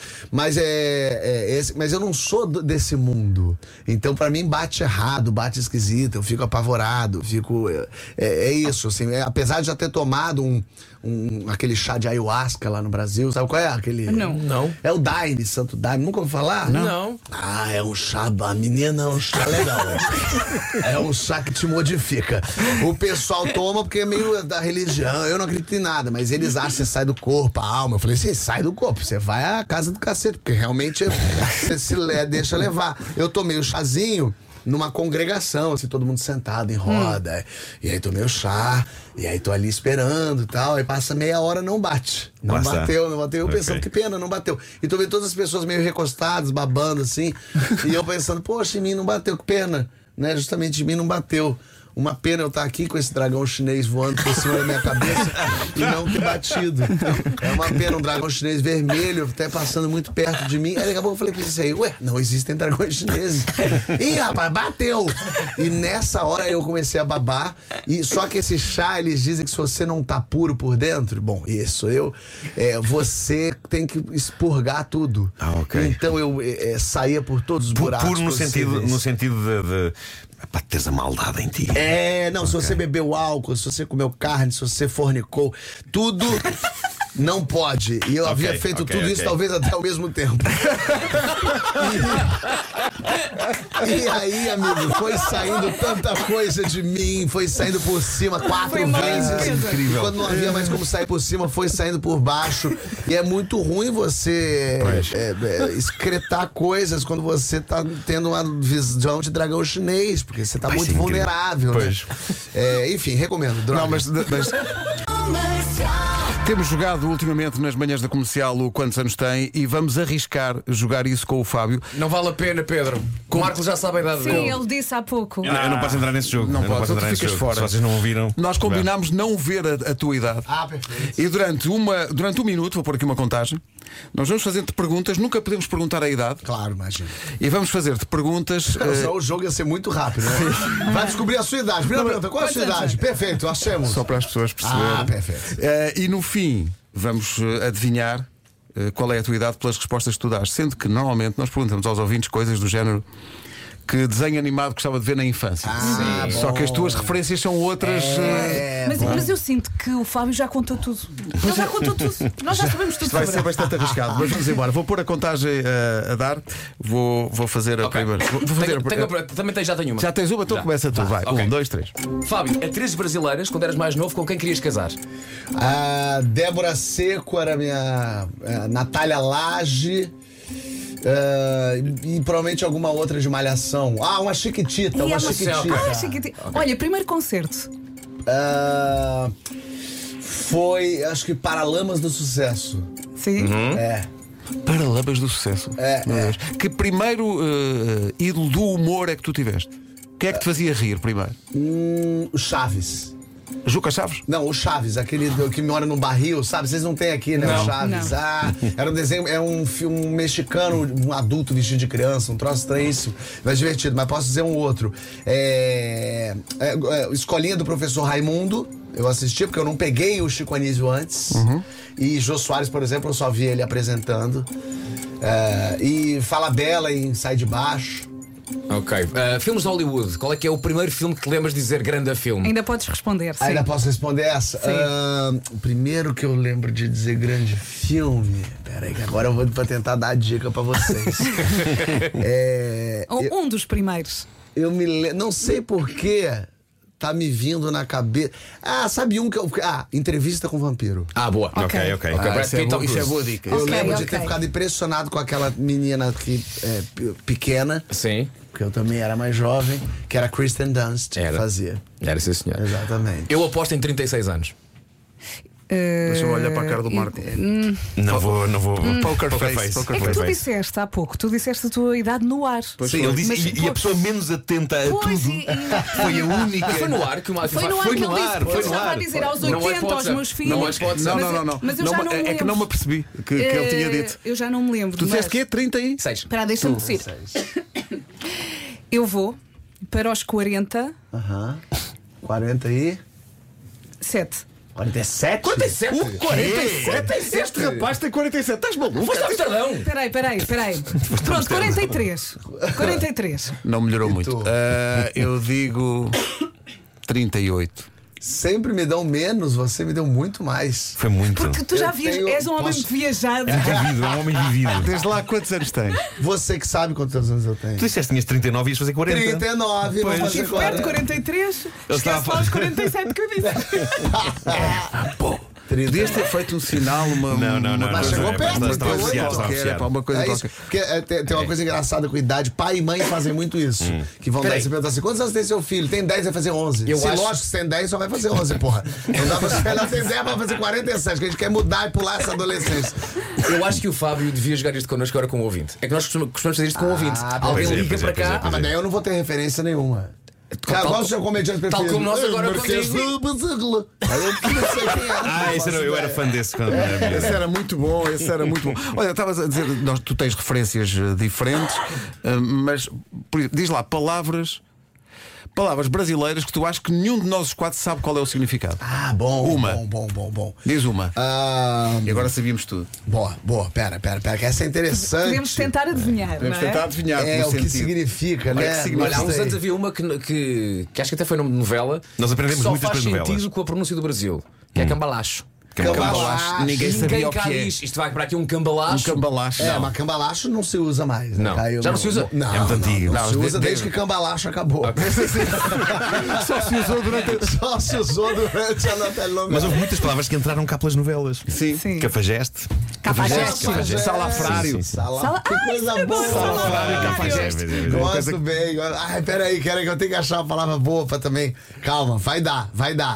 Speaker 2: Mas, é, é esse, mas eu não sou do, desse mundo. Então, pra mim, bate errado, bate esquisito. Eu fico apavorado, fico. É, é isso, assim. É, apesar de já ter tomado um, um, aquele chá de ayahuasca lá no Brasil, sabe qual é? Aquele.
Speaker 4: Não.
Speaker 5: Não.
Speaker 2: É o Daime, Santo Daime. Nunca ouviu falar?
Speaker 5: Não.
Speaker 2: Ah, é um chá, a menina é um chá legal. É um chá que te modifica. O pessoal toma porque é meio da religião. Eu não acredito em nada, mas eles acham que você sai do corpo, a alma. Eu falei, você sai do corpo, você vai à casa do cacete, porque realmente você se le- deixa levar. Eu tomei o chazinho numa congregação, assim, todo mundo sentado em roda. Hum. E aí tomei o chá, e aí tô ali esperando e tal. Aí passa meia hora, não bate. Não
Speaker 3: Basta.
Speaker 2: bateu, não bateu. Eu
Speaker 3: Ok.
Speaker 2: pensando, que pena, não bateu. E tô vendo todas as pessoas meio recostadas, babando assim. E eu pensando, poxa, em mim não bateu, que pena. Né? Justamente em mim não bateu. Uma pena eu estar aqui com esse dragão chinês voando por cima da minha cabeça e não ter batido. É uma pena, um dragão chinês vermelho até passando muito perto de mim. Aí daqui a pouco eu falei pra isso aí, ué, não existem dragões chineses. Ih, rapaz, bateu! E nessa hora eu comecei a babar. E só que esse chá, eles dizem que se você não tá puro por dentro, bom, isso eu, é, você tem que expurgar tudo.
Speaker 3: Ah, ok.
Speaker 2: Então eu é, saía por todos os
Speaker 3: Pu-
Speaker 2: buracos
Speaker 3: Puro no sentido,
Speaker 2: possíveis.
Speaker 3: no sentido de, de pá, teres a maldade em ti.
Speaker 2: É, não, se você bebeu álcool, se você comeu carne, se você fornicou, tudo não pode. E eu
Speaker 3: Ok,
Speaker 2: havia feito
Speaker 3: ok,
Speaker 2: tudo
Speaker 3: ok.
Speaker 2: isso talvez até ao mesmo tempo. E, e aí, amigo, foi saindo tanta coisa de mim, foi saindo por cima quatro
Speaker 4: Foi uma
Speaker 2: vezes.
Speaker 4: surpresa.
Speaker 2: E quando não havia mais como sair por cima, foi saindo por baixo. E é muito ruim você é, é, excretar coisas quando você tá tendo uma visão de dragão chinês, porque você tá
Speaker 3: Vai
Speaker 2: muito
Speaker 3: ser incrível.
Speaker 2: vulnerável.
Speaker 3: Pois.
Speaker 2: Né? É, enfim, recomendo. Droga.
Speaker 1: Não, mas, mas temos jogado ultimamente nas manhãs da comercial o Quantos Anos Tem e vamos arriscar jogar isso com o Fábio.
Speaker 5: Não vale a pena, Pedro. O Marco já sabe a idade
Speaker 4: Sim,
Speaker 5: dele.
Speaker 4: ele disse há pouco.
Speaker 3: Eu não, eu não posso entrar nesse jogo.
Speaker 1: Não
Speaker 3: Eu
Speaker 1: pode,
Speaker 3: posso
Speaker 1: tu
Speaker 3: entrar nesse
Speaker 1: ficas
Speaker 3: jogo.
Speaker 1: fora.
Speaker 3: Se vocês não ouviram.
Speaker 1: Nós combinámos não ver a, a tua idade.
Speaker 2: Ah, perfeito.
Speaker 1: E durante, uma, durante um minuto, vou pôr aqui uma contagem, nós vamos fazer-te perguntas, nunca podemos perguntar a idade.
Speaker 2: Claro, imagina.
Speaker 1: E vamos fazer-te perguntas. eh,
Speaker 2: Só o jogo ia ser muito rápido, né? Vai descobrir a sua idade. Primeira pergunta, qual é a sua idade? Perfeito, achamos.
Speaker 1: só para as pessoas perceberem.
Speaker 2: Ah, perfeito.
Speaker 1: Eh, e no fim, vamos eh, adivinhar eh, qual é a tua idade pelas respostas que tu dás. Sendo que normalmente nós perguntamos aos ouvintes coisas do género: que desenho animado gostava de ver na infância.
Speaker 2: Ah,
Speaker 1: Só
Speaker 2: bom.
Speaker 1: que as tuas referências são outras. eh,
Speaker 2: É,
Speaker 4: Mas,
Speaker 2: bom.
Speaker 4: mas eu sinto que o Fábio já contou tudo. Ele já contou tudo. Nós já sabemos tudo
Speaker 1: Isto vai
Speaker 4: sobre
Speaker 1: ser
Speaker 4: ele.
Speaker 1: bastante arriscado, mas vamos embora. Vou pôr a contagem eh, a dar. Vou, vou fazer a
Speaker 5: Ok.
Speaker 1: primeira. Vou vou fazer
Speaker 5: Tenho-
Speaker 1: a,
Speaker 5: tenho- também tenho, já tenho uma.
Speaker 1: Já tens uma, então
Speaker 5: Já.
Speaker 1: começa tu. Vai.
Speaker 5: ok.
Speaker 1: Um, dois, três.
Speaker 5: Fábio, atrizes brasileiras, quando eras mais novo, com quem querias casar?
Speaker 2: A Débora Seco era minha. A Natália Lage. ah, e, e provavelmente alguma outra de malhação. Ah, uma Chiquitita,
Speaker 4: E
Speaker 2: uma
Speaker 4: é uma-
Speaker 2: Chiquitita.
Speaker 4: Ah, chiquitita. Olha, primeiro concerto.
Speaker 2: Ah, foi, acho que Paralamas do Sucesso.
Speaker 4: Sim.
Speaker 2: É.
Speaker 1: Paralamas do sucesso.
Speaker 2: É,
Speaker 1: Meu
Speaker 2: é.
Speaker 1: Deus. Que primeiro eh, ídolo do humor é que tu tiveste? Quem é que te fazia rir primeiro?
Speaker 2: Hum, o Chaves.
Speaker 1: Juca Chaves?
Speaker 2: Não, o Chaves, aquele do- que mora no barril, sabe? Vocês não têm aqui, né?
Speaker 5: Não.
Speaker 2: O Chaves.
Speaker 4: Não.
Speaker 2: Ah, era um desenho, é um filme um mexicano, um adulto vestido de criança, um troço estranhíssimo, mas divertido. Mas posso dizer um outro. É, é, é, Escolinha do Professor Raimundo. Eu assisti porque eu não peguei o Chico Anísio antes. E Jô Soares, por exemplo, eu só vi ele apresentando. É, e Fala Bela em Sai de Baixo.
Speaker 5: Ok. Uh, filmes de Hollywood, qual é que é o primeiro filme que te lembras de dizer grande filme?
Speaker 4: Ainda podes responder. Sim.
Speaker 2: Ainda posso responder essa? Ah, o primeiro que eu lembro de dizer grande filme. Pera aí, que agora eu vou pra tentar dar a dica pra vocês. é, eu,
Speaker 4: Um um dos primeiros.
Speaker 2: eu me lembro. Não sei porquê. Tá me vindo na cabeça. Ah, sabe um que eu. Ah, Entrevista com o Vampiro.
Speaker 5: Ah, boa.
Speaker 4: Ok.
Speaker 3: Ok, ok.
Speaker 1: Ah,
Speaker 5: Brad
Speaker 1: isso, é
Speaker 5: Pitt,
Speaker 1: bo-
Speaker 5: Tom
Speaker 1: isso é
Speaker 5: Cruise.
Speaker 1: boa dica.
Speaker 2: Eu
Speaker 4: Ok,
Speaker 2: lembro de
Speaker 4: ok.
Speaker 2: ter ficado impressionado com aquela menina que, é, p- pequena,
Speaker 5: Sim,
Speaker 2: porque eu também era mais jovem, que era Kristen Dunst,
Speaker 5: Era.
Speaker 2: que fazia.
Speaker 5: era sim, senhor.
Speaker 2: Exatamente.
Speaker 5: Eu aposto em trinta e seis anos.
Speaker 1: Deixa-me olhar para a cara do Marco.
Speaker 3: Não vou, não vou.
Speaker 1: Poker face, poker
Speaker 4: É que
Speaker 1: face.
Speaker 4: tu disseste há pouco, tu disseste a tua idade no ar.
Speaker 3: Sim, ele disse,
Speaker 4: Mas-
Speaker 3: e, e a pessoa menos atenta a
Speaker 4: Pois,
Speaker 3: tudo
Speaker 4: e- e-
Speaker 3: foi a única.
Speaker 5: Foi no ar que o Marco
Speaker 4: Foi no ar
Speaker 3: Foi
Speaker 4: que
Speaker 3: no
Speaker 4: ele disse,
Speaker 3: ar,
Speaker 4: porque
Speaker 3: foi
Speaker 4: eu
Speaker 3: no
Speaker 4: estava a
Speaker 3: ar.
Speaker 4: dizer aos
Speaker 5: Não é
Speaker 4: oitenta aos
Speaker 5: hipótese.
Speaker 4: meus filhos.
Speaker 5: Não é hipótese.
Speaker 1: Não,
Speaker 4: Mas
Speaker 1: não,
Speaker 4: eu-
Speaker 1: não, não.
Speaker 4: Mas eu
Speaker 1: Não
Speaker 4: já
Speaker 1: me-
Speaker 4: não
Speaker 1: é,
Speaker 4: me
Speaker 1: é que
Speaker 4: lembro.
Speaker 1: não me apercebi que, que ele tinha
Speaker 4: Eh,
Speaker 1: dito.
Speaker 4: Eu já não me lembro.
Speaker 1: Tu disseste
Speaker 4: mas-
Speaker 1: que é trinta e?
Speaker 5: seis.
Speaker 4: Espera, deixa-me decidir. Eu vou para os quarenta
Speaker 2: Aham. quarenta e.
Speaker 4: sete.
Speaker 2: quarenta e sete?
Speaker 5: quarenta e sete?
Speaker 1: Uh, quarenta e sete? Este rapaz tem quarenta e sete. Estás maluco?
Speaker 5: Foste a Amsterdão!
Speaker 4: Peraí, peraí, peraí. Pronto, quarenta e três. quarenta e três.
Speaker 1: Não melhorou
Speaker 2: E
Speaker 1: muito.
Speaker 2: tu?
Speaker 1: Ah, eu digo trinta e oito.
Speaker 2: Sempre me dão menos, você me deu muito mais.
Speaker 3: Foi muito.
Speaker 4: Porque tu já
Speaker 2: Eu
Speaker 4: vias,
Speaker 2: tenho-
Speaker 4: és um homem
Speaker 2: posso-
Speaker 4: muito viajado.
Speaker 3: Vivido, é um homem vivido.
Speaker 1: Desde lá quantos anos tens?
Speaker 2: Você que sabe quantos anos eu tenho.
Speaker 3: Tu disseste que tinhas trinta e nove e ias fazer quarenta.
Speaker 2: trinta e nove,
Speaker 3: Pois.
Speaker 2: vou fazer
Speaker 4: Estive perto de
Speaker 2: quarenta.
Speaker 4: quarenta e três.
Speaker 3: Eu estava a
Speaker 4: Esquece lá os quarenta e sete que eu disse.
Speaker 1: Podias ter feito um sinal, uma.
Speaker 3: Não, não, não.
Speaker 2: Mas
Speaker 3: não,
Speaker 2: chegou
Speaker 3: não,
Speaker 2: perto,
Speaker 3: não,
Speaker 2: mas
Speaker 3: estava a
Speaker 2: deu
Speaker 3: apreciar,
Speaker 2: oito.
Speaker 3: estava a
Speaker 1: Qualquer,
Speaker 3: apreciar.
Speaker 1: pá, uma coisa
Speaker 2: É isso,
Speaker 1: qualquer.
Speaker 2: porque é, tem, tem uma coisa engraçada com idade. Pai e mãe fazem muito isso. Que vão dar
Speaker 5: Peraí.
Speaker 2: e perguntar assim: quantos anos tem seu filho? Tem dez, vai fazer onze.
Speaker 5: Eu
Speaker 2: Se
Speaker 5: acho-
Speaker 2: lógico, se tem dez, só vai fazer onze, porra. Não dá pra esperar ter dez pra fazer quarenta e sete, que a gente quer mudar e pular essa adolescência.
Speaker 5: Eu acho que o Fábio devia jogar isto connosco agora com o ouvinte. É que nós costumamos costumamos fazer isto com o ouvinte.
Speaker 2: Ah,
Speaker 5: Alguém
Speaker 3: pois é,
Speaker 5: liga
Speaker 3: pois é,
Speaker 5: para
Speaker 3: pois é,
Speaker 5: cá.
Speaker 2: Ah,
Speaker 3: pois
Speaker 2: mas daí eu não vou ter referência nenhuma. Cara,
Speaker 5: tal-
Speaker 2: qual é o seu comediante
Speaker 5: tal
Speaker 2: preferido?
Speaker 5: como nós agora
Speaker 2: Marquês
Speaker 5: contigo.
Speaker 2: de Basílio. Aí eu não sei quem é.
Speaker 3: Ah, esse era, eu era fã desse quando era miúdo.
Speaker 1: Esse era muito bom, esse era muito bom. Olha, estavas a dizer, nós, tu tens referências eh, diferentes, eh, mas por exemplo, diz lá palavras, palavras brasileiras que tu achas que nenhum de nós os quatro sabe qual é o significado.
Speaker 2: Ah, bom,
Speaker 1: Uma.
Speaker 2: bom, bom, bom, bom.
Speaker 1: Diz uma.
Speaker 2: Ah,
Speaker 1: E agora sabíamos tudo.
Speaker 2: boa, boa, pera, pera, pera, que essa é interessante.
Speaker 4: Podemos tentar adivinhar.
Speaker 1: Podemos
Speaker 4: não é?
Speaker 1: tentar adivinhar
Speaker 2: É
Speaker 1: no
Speaker 2: o que
Speaker 1: sentido.
Speaker 2: significa,
Speaker 1: Olha,
Speaker 2: né?
Speaker 1: que significa.
Speaker 5: Olha, há uns
Speaker 2: Gostei.
Speaker 5: anos havia uma que, que, que acho que até foi nome de novela.
Speaker 3: Nós aprendemos
Speaker 5: que só
Speaker 3: muitas
Speaker 5: faz
Speaker 3: coisas
Speaker 5: sentido
Speaker 3: novelas.
Speaker 5: com a pronúncia do Brasil, que é cambalacho.
Speaker 2: Cambalacho.
Speaker 1: Ninguém sabia
Speaker 5: Ninguém
Speaker 1: o
Speaker 5: cá
Speaker 1: que é.
Speaker 5: diz. Isto vai para aqui um
Speaker 1: Um
Speaker 5: cambalacho.
Speaker 1: cambalacho.
Speaker 2: É, mas cambalacho não se usa mais. né?
Speaker 5: Não.
Speaker 2: Caiu
Speaker 5: Já não
Speaker 2: no-
Speaker 5: se usa?
Speaker 2: Não,
Speaker 3: É muito
Speaker 2: não,
Speaker 3: antigo.
Speaker 2: Não,
Speaker 1: Não,
Speaker 2: se
Speaker 1: de-
Speaker 2: usa desde
Speaker 1: de-
Speaker 2: que cambalacho acabou.
Speaker 1: Só se usou durante.
Speaker 2: Só se usou durante a telenovela.
Speaker 3: Mas houve muitas palavras que entraram cá pelas novelas.
Speaker 1: Sim.
Speaker 4: Sim.
Speaker 3: Cafajeste.
Speaker 4: Cafajeste.
Speaker 2: Cafajeste.
Speaker 1: Salafrário.
Speaker 3: Sim, sim, sim.
Speaker 2: Sala-
Speaker 4: Sala-
Speaker 2: Que
Speaker 4: Ah,
Speaker 2: coisa
Speaker 4: isso é bom,
Speaker 2: boa.
Speaker 4: salafrário,
Speaker 3: cafajeste.
Speaker 2: Gosto bem. gosto- Ai, peraí, peraí, que eu tenho que achar uma palavra boa pra também. Calma, vai dar, vai dar.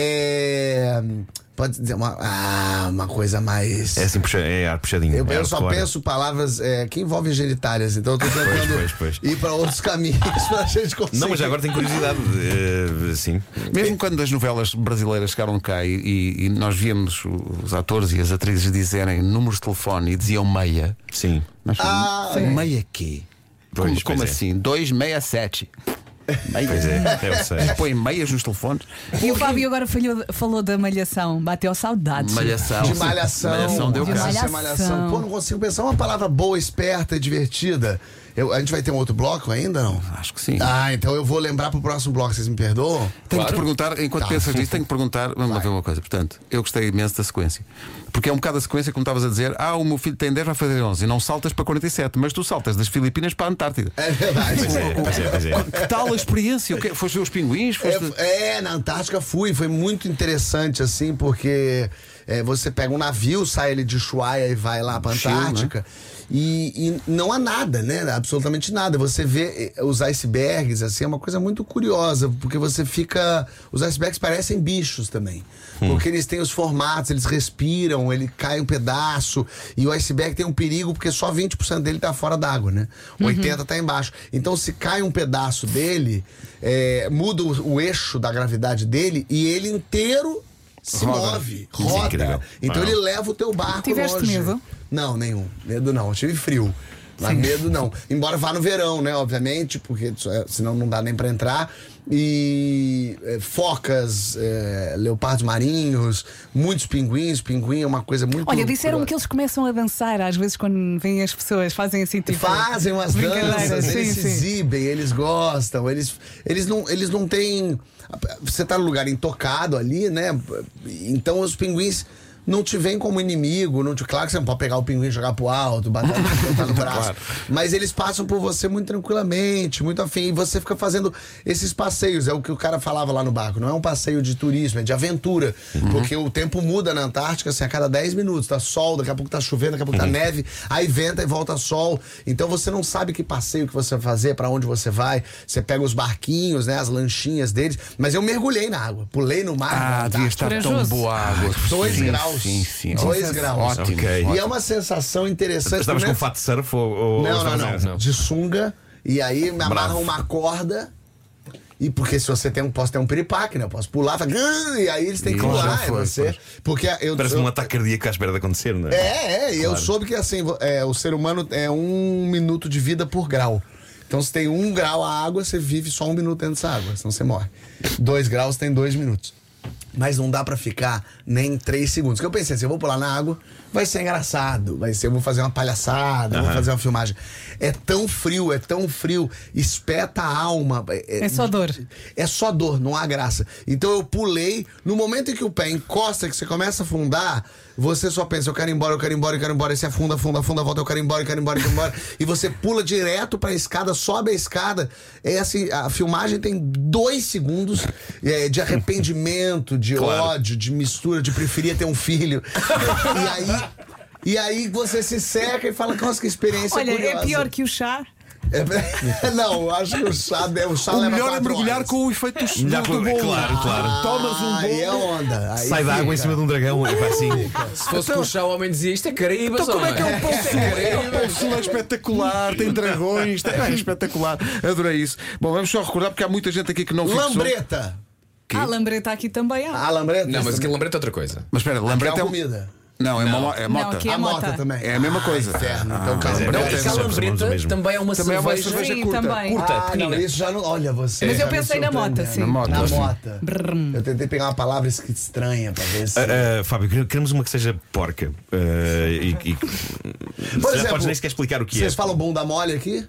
Speaker 2: É. Pode dizer uma, ah, uma coisa mais.
Speaker 3: É assim, puxa, é ar puxadinho.
Speaker 2: Eu,
Speaker 3: é
Speaker 2: eu
Speaker 3: ar
Speaker 2: só
Speaker 3: fora.
Speaker 2: penso palavras é, que envolvem genitárias, então eu tô tentando
Speaker 3: pois, pois.
Speaker 2: ir pra outros caminhos pra gente conseguir.
Speaker 3: Não, mas já agora tenho curiosidade. eh, sim.
Speaker 1: Mesmo quando as novelas brasileiras chegaram cá e, e- e nós víamos os atores e as atrizes dizerem números de telefone e diziam meia.
Speaker 3: Sim.
Speaker 1: Nós
Speaker 2: Ah,
Speaker 1: falamos, meia quê?
Speaker 3: Pois,
Speaker 1: como como
Speaker 3: pois é.
Speaker 1: assim? dois seis sete. Meia.
Speaker 3: Pois é, eu sei.
Speaker 1: Põe meias nos telefones.
Speaker 4: E o Fábio agora falhou- falou da malhação. Bateu saudades.
Speaker 1: Malhação.
Speaker 2: De malhação.
Speaker 1: Malhação deu
Speaker 4: De
Speaker 1: cá.
Speaker 4: malhação.
Speaker 2: malhação. Pô, não consigo pensar uma palavra boa, esperta e divertida. Eu- a gente vai ter um outro bloco ainda, não?
Speaker 1: Acho que sim.
Speaker 2: Ah, então eu vou lembrar pro próximo bloco, vocês me perdoam?
Speaker 1: Tenho que te
Speaker 5: Claro.
Speaker 1: perguntar, enquanto
Speaker 2: Tá.
Speaker 1: pensas nisso, tenho que perguntar. Vamos lá ver uma coisa. Portanto, eu gostei imenso da sequência. Porque é um bocado a sequência, como estavas a dizer. Ah, o meu filho tem dez, vai fazer onze. E não saltas para quarenta e sete, mas tu saltas das Filipinas para a Antártida.
Speaker 2: É verdade.
Speaker 3: Pois é, pois é, pois é.
Speaker 1: Que tal a experiência? O quê? Foste ver os pinguins? Foste...
Speaker 2: É, é, na Antártica fui, foi muito interessante assim, porque é, você pega um navio, sai ele de Ushuaia e vai lá pra
Speaker 1: Chile,
Speaker 2: Antártica. E, e não há nada, né? Absolutamente nada. Você vê eh, os icebergs, assim, é uma coisa muito curiosa, porque você fica. Os icebergs parecem bichos também. Porque eles têm os formatos, eles respiram, ele cai um pedaço. E o iceberg tem um perigo, porque só vinte por cento dele tá fora d'água, né? oitenta por cento tá embaixo. Então, se cai um pedaço dele, eh, muda o, o eixo da gravidade dele e ele inteiro se
Speaker 1: Roda.
Speaker 2: move,
Speaker 3: Isso é incrível.
Speaker 2: roda. Então
Speaker 3: Uau.
Speaker 2: ele leva o teu barco
Speaker 4: Tiveste
Speaker 2: longe.
Speaker 4: medo?
Speaker 2: Não, nenhum. Medo não. Eu tive frio. Mas medo não. Embora vá no verão, né? Obviamente, porque é, senão não dá nem pra entrar. E é, focas, é, leopardos marinhos, muitos pinguins. Pinguim é uma coisa muito.
Speaker 4: Olha, disseram que eles começam a dançar às vezes quando vêm as pessoas, fazem assim tipo.
Speaker 2: Fazem umas
Speaker 4: brincadeiras,
Speaker 2: danças,
Speaker 4: sim,
Speaker 2: eles se
Speaker 4: sim.
Speaker 2: exibem, eles gostam, eles, eles, não, eles não têm. Você tá no lugar intocado ali, né? Então os pinguins não te veem como inimigo, não te, claro que você não pode pegar o pinguim e jogar pro alto, bater botar no braço.
Speaker 1: Claro.
Speaker 2: Mas eles passam por você muito tranquilamente, muito afim. E você fica fazendo esses passeios. É o que o cara falava lá no barco. Não é um passeio de turismo, é de aventura. Porque o tempo muda na Antártica assim, a cada dez minutos. Tá sol, daqui a pouco tá chovendo, daqui a pouco tá neve, aí venta e volta sol. Então você não sabe que passeio que você vai fazer, pra onde você vai. Você pega os barquinhos, né, as lanchinhas deles. Mas eu mergulhei na água, pulei no mar.
Speaker 1: Ah,
Speaker 2: na
Speaker 1: devia estar tão
Speaker 4: Corajoso.
Speaker 1: boa a água.
Speaker 2: Dois
Speaker 1: Sim,
Speaker 2: graus.
Speaker 1: Sim, sim.
Speaker 2: Dois
Speaker 1: Ótimo,
Speaker 2: graus.
Speaker 1: Ótimo.
Speaker 3: Ok.
Speaker 2: E é uma sensação interessante.
Speaker 3: Estavas
Speaker 2: né?
Speaker 3: com fato de surf ou. ou
Speaker 2: Não,
Speaker 3: ou
Speaker 2: não,
Speaker 3: estavas-
Speaker 2: não, De sunga. E aí me amarram uma corda. E porque se você tem um, posso ter um piripaque, né? Eu posso pular, fala, "Grrr", e aí eles têm que
Speaker 1: Claro,
Speaker 2: pular.
Speaker 1: já
Speaker 2: é
Speaker 1: foi,
Speaker 2: você.
Speaker 1: pois.
Speaker 2: Porque eu.
Speaker 3: Parece
Speaker 2: eu,
Speaker 3: um ataque cardíaco à espera de acontecer, não é?
Speaker 2: É, é, e eu soube que assim, é, o ser humano é um minuto de vida por grau. Então, se tem um grau a água, você vive só um minuto dentro dessa água, senão você morre. Dois graus tem dois minutos. Mas não dá pra ficar nem três segundos. Que eu pensei assim, eu vou pular na água, vai ser engraçado, vai ser, eu vou fazer uma palhaçada, uhum. vou fazer uma filmagem. É tão frio, é tão frio, espeta a alma.
Speaker 4: É, é só dor.
Speaker 2: É só dor, não há graça. Então eu pulei, no momento em que o pé encosta, que você começa a afundar, você só pensa, eu quero ir embora, eu quero ir embora, eu quero ir embora, e você afunda, afunda, afunda, volta, eu quero ir embora, eu quero ir embora, eu quero ir embora. E você pula direto pra escada, sobe a escada. É assim, a filmagem tem dois segundos é, de arrependimento, de claro. ódio, de mistura, de preferir ter um filho. E aí, e aí você se seca e fala, nossa, que experiência
Speaker 4: Olha,
Speaker 2: curiosa.
Speaker 4: é pior que o chá.
Speaker 2: É, não, acho que o chá, o chá
Speaker 1: o
Speaker 2: leva
Speaker 1: melhor é mergulhar
Speaker 2: horas.
Speaker 1: com o efeito do, do, do bolo.
Speaker 3: Claro, claro.
Speaker 2: Ah,
Speaker 1: Tomas um bolo.
Speaker 2: Aí é onda. Aí
Speaker 3: sai da água em cima de um dragão. É assim.
Speaker 5: Se fosse então, puxar, o homem dizia isto é Caraíbas.
Speaker 1: Então como é que é o Pão Sul?
Speaker 5: É
Speaker 1: O Pão Sul é espetacular, tem dragões, é espetacular. Adorei isso. Bom, vamos só recordar porque há muita gente aqui que não fixou.
Speaker 2: Lambreta.
Speaker 1: Que?
Speaker 4: Ah, lambreta aqui também há.
Speaker 2: Ah, lambreta.
Speaker 5: Não, mas aquele lambreta é outra coisa.
Speaker 1: Mas espera, lambreta é
Speaker 2: uma
Speaker 1: um...
Speaker 2: comida.
Speaker 1: Não, é,
Speaker 5: Não.
Speaker 1: Uma, é mota.
Speaker 4: Não, aqui é
Speaker 2: A
Speaker 4: mota.
Speaker 2: mota também.
Speaker 1: É a mesma coisa.
Speaker 2: Ah, inferno. Então,
Speaker 1: Ah,
Speaker 2: calma.
Speaker 3: é,
Speaker 5: Não,
Speaker 3: é,
Speaker 5: é que a
Speaker 3: somos- somos o
Speaker 5: lambreta
Speaker 3: mesmo.
Speaker 5: também é uma
Speaker 1: Também é uma
Speaker 5: cerveja
Speaker 1: cerveja
Speaker 4: Sim,
Speaker 1: curta.
Speaker 4: também.
Speaker 5: curta,
Speaker 2: Ah,
Speaker 5: pequenina.
Speaker 2: não, isso já não. Olha você.
Speaker 4: Mas eu
Speaker 2: já me
Speaker 4: pensei na mota,
Speaker 2: surpreendeu.
Speaker 4: sim.
Speaker 1: Na mota.
Speaker 2: Na
Speaker 1: sim.
Speaker 2: mota. Eu tentei pegar uma palavra escrita estranha pra ver se.
Speaker 3: Ah, ah, Fábio, quer- queremos uma que seja porca. Ah, e, e-
Speaker 2: Por
Speaker 3: já
Speaker 2: exemplo,
Speaker 3: podes nem sequer explicar o que
Speaker 2: Vocês
Speaker 3: é.
Speaker 2: falam bunda mole aqui?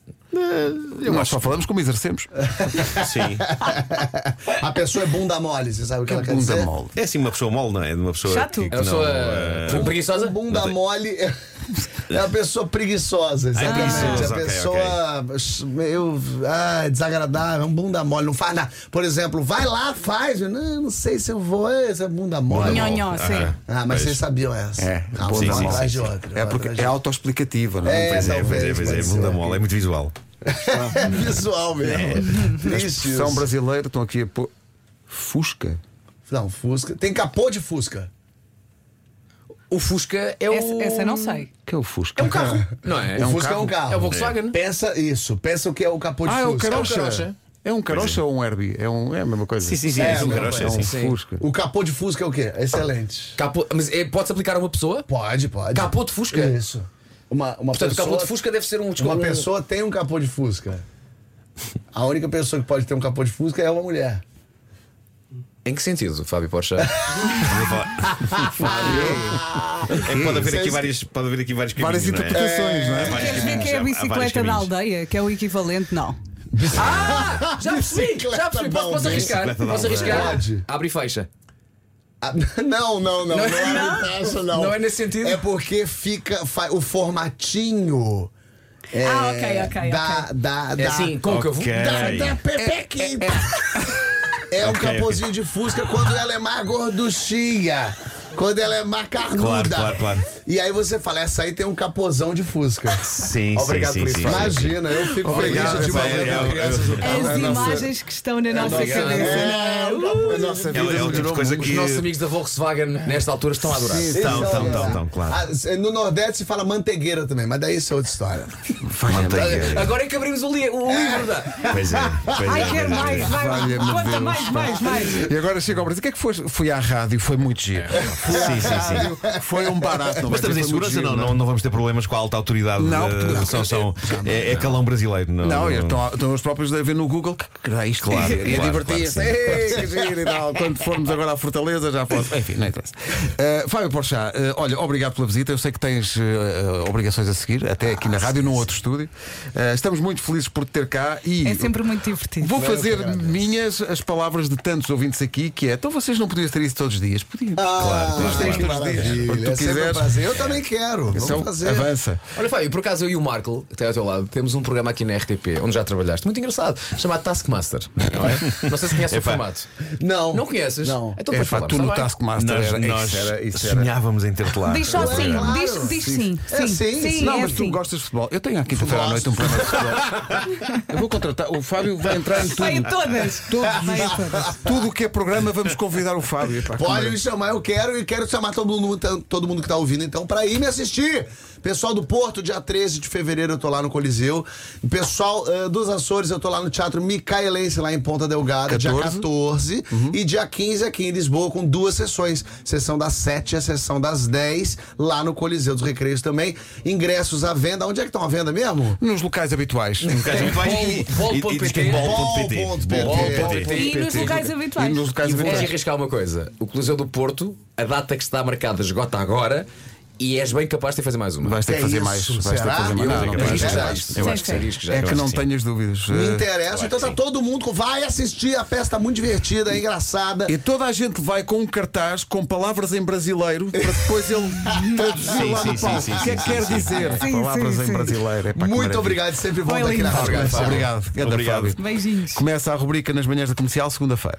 Speaker 1: Nós só falamos como exercemos.
Speaker 3: Sim.
Speaker 2: A pessoa é bunda mole, você sabe o que,
Speaker 1: Que
Speaker 2: ela quer
Speaker 1: bunda
Speaker 2: dizer?
Speaker 1: mole.
Speaker 3: É assim uma pessoa mole, não é? Uma pessoa
Speaker 4: Chato.
Speaker 3: que, que
Speaker 5: É uma
Speaker 3: não,
Speaker 5: pessoa
Speaker 3: ah,
Speaker 5: preguiçosa?
Speaker 2: Bunda
Speaker 3: Não tem-
Speaker 2: mole é é uma pessoa preguiçosa, exatamente.
Speaker 3: preguiçosa,
Speaker 2: a
Speaker 3: ok,
Speaker 2: pessoa meio ah, desagradável, um bunda mole, não faz nada. Por exemplo, vai lá, faz. Eu, Não, não sei se eu vou. Essa é bunda mole.
Speaker 4: Nhó, nhó, sim.
Speaker 3: Aham.
Speaker 2: Ah, mas
Speaker 3: Pois.
Speaker 2: vocês sabiam essa?
Speaker 1: É,
Speaker 2: Ah,
Speaker 1: bunda
Speaker 2: uma
Speaker 3: sim,
Speaker 2: atrás
Speaker 3: sim,
Speaker 2: de
Speaker 3: sim.
Speaker 2: outra.
Speaker 1: É
Speaker 2: uma
Speaker 1: porque
Speaker 2: atrás de
Speaker 1: é autoexplicativa, não
Speaker 2: É,
Speaker 1: é?
Speaker 3: Pois é, pois é,
Speaker 2: talvez,
Speaker 3: pois é.
Speaker 2: pode
Speaker 3: Bunda
Speaker 2: ser.
Speaker 3: mole, é muito visual.
Speaker 2: É visual mesmo. Triste
Speaker 1: São
Speaker 2: isso.
Speaker 1: brasileiro, estão aqui a pôr. Fusca.
Speaker 2: Não, Fusca. Tem capô de Fusca.
Speaker 5: O Fusca é o.
Speaker 4: Essa, essa eu não sei.
Speaker 1: Que é o Fusca?
Speaker 5: É um carro, não é?
Speaker 2: o Fusca é um carro.
Speaker 5: É o Volkswagen.
Speaker 2: Pensa isso, pensa o que é o capô de
Speaker 1: Ah, é o
Speaker 2: Fusca.
Speaker 1: carocha.
Speaker 5: carocha.
Speaker 1: É um carocha ou um Herbie? É, um, é a mesma coisa.
Speaker 3: Sim, sim, sim.
Speaker 2: É,
Speaker 3: É, um
Speaker 2: não,
Speaker 3: carocha,
Speaker 1: É um
Speaker 3: sim.
Speaker 5: sim.
Speaker 1: Fusca.
Speaker 2: O capô de Fusca é o quê? Excelente.
Speaker 5: Capô, mas é- pode-se aplicar a uma pessoa?
Speaker 2: Pode, pode.
Speaker 5: Capô de Fusca?
Speaker 2: Isso. Uma, uma
Speaker 5: Portanto,
Speaker 2: pessoa,
Speaker 5: o capô de Fusca deve ser um.
Speaker 2: Uma
Speaker 5: um-
Speaker 2: pessoa tem um capô de Fusca. A única pessoa que pode ter um capô de Fusca é uma mulher.
Speaker 5: Em que sentido, Fábio Porsche?
Speaker 3: É que pode haver aqui várias, pode haver aqui vários
Speaker 1: Várias
Speaker 3: caminhos, não é?
Speaker 1: interpretações, não é?
Speaker 3: Há vários
Speaker 4: Queres ver
Speaker 3: caminhos,
Speaker 4: que é a
Speaker 3: há- há vários
Speaker 4: bicicleta da
Speaker 3: caminhos.
Speaker 4: aldeia, que é o equivalente? Não.
Speaker 5: Ah! Já percebi!
Speaker 2: Bicicleta
Speaker 5: Já percebi! Posso, posso
Speaker 2: bom,
Speaker 5: arriscar?
Speaker 3: bicicleta da
Speaker 5: Posso
Speaker 3: aldeia.
Speaker 5: arriscar?
Speaker 2: Pode.
Speaker 5: Abre e fecha.
Speaker 2: Ah, não, não, não. Não,
Speaker 5: Não é-
Speaker 2: é taxa, não.
Speaker 5: Não é nesse sentido?
Speaker 2: É porque fica fa- o formatinho. É,
Speaker 4: Ah, ok, ok,
Speaker 2: da,
Speaker 4: ok.
Speaker 2: Da, da,
Speaker 5: É assim, côncavo.
Speaker 3: Ok.
Speaker 2: Da, da Pepequim. É, um
Speaker 3: Ok,
Speaker 2: capozinho de Fusca quando ela é mais gorduchinha. Quando ela é mais carnuda.
Speaker 3: Claro, claro, claro.
Speaker 2: E aí você fala, essa aí tem um capozão de Fusca.
Speaker 3: Sim,
Speaker 5: Obrigado
Speaker 3: sim,
Speaker 5: por
Speaker 3: sim,
Speaker 5: isso,
Speaker 3: sim.
Speaker 2: Imagina, eu fico
Speaker 1: Obrigado,
Speaker 2: feliz de
Speaker 1: essa
Speaker 2: manhã
Speaker 3: é-
Speaker 2: com
Speaker 3: é-
Speaker 2: crianças no carro.
Speaker 4: As
Speaker 1: a nossa-
Speaker 4: imagens que estão na nossa
Speaker 5: nossa-
Speaker 4: cabeça.
Speaker 2: É, o capô-
Speaker 1: A nossa
Speaker 3: É,
Speaker 1: vida
Speaker 3: é o tipo
Speaker 1: melhorou
Speaker 3: de coisa
Speaker 1: muito.
Speaker 5: Os
Speaker 3: que.
Speaker 5: nossos amigos da Volkswagen, nesta altura, estão a adorar.
Speaker 1: Sim,
Speaker 3: Tão,
Speaker 2: Esse é
Speaker 3: tão,
Speaker 2: o-
Speaker 3: tão, tão, claro.
Speaker 2: Ah, no Nordeste se fala manteigueira também, mas daí isso é outra história.
Speaker 3: Manteiga.
Speaker 5: Agora é que abrimos o, li o livro da.
Speaker 3: Pois é, pois é.
Speaker 4: Ai, quero
Speaker 3: pois é.
Speaker 4: mais, vai,
Speaker 1: Valha-me
Speaker 4: conta
Speaker 1: Deus,
Speaker 4: mais,
Speaker 1: pá.
Speaker 4: mais, mais.
Speaker 1: E agora chega ao Brasil. O que é que foi? Fui à rádio, foi muito giro. Fui à
Speaker 3: Sim, sim, sim.
Speaker 1: rádio, Foi um barato. não
Speaker 3: Mas
Speaker 1: vai
Speaker 3: estamos
Speaker 1: dizer,
Speaker 3: em
Speaker 1: foi muito
Speaker 3: segurança,
Speaker 1: giro,
Speaker 3: não, não, não vamos ter problemas com a alta autoridade.
Speaker 1: Não,
Speaker 3: eh,
Speaker 1: porque-
Speaker 3: são, são, é, é calão brasileiro. Não,
Speaker 1: Não,
Speaker 3: não-
Speaker 1: estão, estão os próprios a ver no Google que que era isto.
Speaker 3: Claro,
Speaker 1: e a
Speaker 3: claro,
Speaker 1: divertir-se.
Speaker 3: claro, sim.
Speaker 1: Ei, que giro e tal. Quando formos agora à Fortaleza, já posso. Enfim, não interessa. Uh, Fábio Porchat, uh, olha, obrigado pela visita. Eu sei que tens uh, uh, obrigações a seguir, até aqui na rádio, num outro estúdio. Uh, estamos muito felizes por te ter cá e.
Speaker 4: É sempre muito divertido.
Speaker 1: Vou fazer
Speaker 2: obrigado.
Speaker 1: minhas as palavras de tantos ouvintes aqui, que é, então vocês não podiam ter isso todos os dias. Podiam.
Speaker 2: Claro,
Speaker 1: claro,
Speaker 2: que
Speaker 1: claro.
Speaker 2: maravilha.
Speaker 1: Quando tu
Speaker 2: É sempre um
Speaker 1: quiseres.
Speaker 2: prazer. Eu também quero. Vamos
Speaker 1: Então,
Speaker 2: fazer.
Speaker 1: avança.
Speaker 5: Olha, Fábio, por acaso eu e o Marco, que está ao teu lado, temos um programa aqui na R T P, onde já trabalhaste, muito engraçado, chamado Taskmaster. Não é? Não sei se conheces o
Speaker 3: Epá.
Speaker 5: formato.
Speaker 2: Não.
Speaker 5: Não conheces?
Speaker 2: Não.
Speaker 5: Então
Speaker 1: É
Speaker 5: depois
Speaker 1: pá,
Speaker 5: falamos,
Speaker 1: tu no
Speaker 5: tá bem?
Speaker 1: Taskmaster
Speaker 3: Nós,
Speaker 1: era,
Speaker 3: nós
Speaker 1: isso era, isso era.
Speaker 3: sonhávamos em ter-te lá.
Speaker 4: Diz só
Speaker 2: Claro.
Speaker 4: sim,
Speaker 2: Claro.
Speaker 4: diz, diz sim.
Speaker 2: É sim, sim.
Speaker 1: Não,
Speaker 4: é
Speaker 1: mas tu
Speaker 4: sim.
Speaker 1: gostas de futebol. Eu tenho à quinta-feira à noite um programa de futebol. Eu vou contratar. O Fábio vai entrar em tudo.
Speaker 4: Vai em todas. Vai em todas.
Speaker 1: Tudo o que é programa, vamos convidar o Fábio. Pá,
Speaker 2: Pode
Speaker 1: como
Speaker 2: me chamar, eu quero e quero chamar todo mundo, todo mundo que está ouvindo, então, para ir me assistir. Pessoal do Porto, dia treze de fevereiro, eu tô lá no Coliseu. Pessoal uh, dos Açores, eu tô lá no Teatro Micaelense, lá em Ponta Delgada, dia quatorze. Uhum. E dia quinze aqui em Lisboa, com duas sessões. Sessão das sete e a sessão das dez, lá no Coliseu dos Recreios também. Ingressos à venda. Onde é que estão à venda mesmo?
Speaker 1: Nos locais habituais.
Speaker 3: Nos locais habituais e-
Speaker 5: Bol
Speaker 3: e-
Speaker 5: ponto
Speaker 3: e diz
Speaker 5: pt.
Speaker 3: que é bol ponto pt.
Speaker 2: Bol ponto
Speaker 3: Bol ponto
Speaker 2: pt.
Speaker 3: pt.
Speaker 4: E nos locais habituais.
Speaker 1: E nos locais
Speaker 5: E vou
Speaker 1: habituais.
Speaker 5: arriscar uma coisa: o Coliseu do Porto, a data que está marcada esgota agora. E és bem capaz de fazer mais uma.
Speaker 1: Vais ter que
Speaker 2: É
Speaker 1: fazer
Speaker 2: isso?
Speaker 1: mais. Vais ter que
Speaker 2: Será?
Speaker 1: fazer mais.
Speaker 5: Eu
Speaker 1: Não, não
Speaker 5: arrisco
Speaker 1: vais.
Speaker 5: já
Speaker 2: é
Speaker 5: isto.
Speaker 4: Eu
Speaker 5: Eu
Speaker 4: acho que
Speaker 5: arrisco já.
Speaker 1: É
Speaker 5: Eu
Speaker 1: que
Speaker 5: acho
Speaker 1: não
Speaker 5: sim.
Speaker 1: tenhas dúvidas.
Speaker 2: Me
Speaker 1: Eh,
Speaker 2: interessa. Então tá todo mundo. Vai assistir. A peça tá muito divertida, é engraçada.
Speaker 1: E toda a gente vai com um cartaz com palavras em brasileiro para depois ele traduzir
Speaker 3: Sim,
Speaker 1: lá
Speaker 3: sim,
Speaker 1: no
Speaker 3: sim,
Speaker 1: palco.
Speaker 3: sim,
Speaker 1: O que é que
Speaker 3: sim,
Speaker 1: quer
Speaker 3: sim,
Speaker 1: dizer?
Speaker 4: sim.
Speaker 1: Palavras
Speaker 4: Sim,
Speaker 1: em
Speaker 4: sim.
Speaker 1: brasileiro. É pá, que
Speaker 2: Muito
Speaker 1: maravilha.
Speaker 2: obrigado. Sempre volta
Speaker 4: Foi
Speaker 2: aqui na
Speaker 4: lindo.
Speaker 2: Rádio Comercial.
Speaker 1: Obrigado. Grande
Speaker 3: Obrigado.
Speaker 1: Fábio.
Speaker 4: Beijinhos.
Speaker 1: Começa a rubrica nas manhãs da comercial, segunda-feira.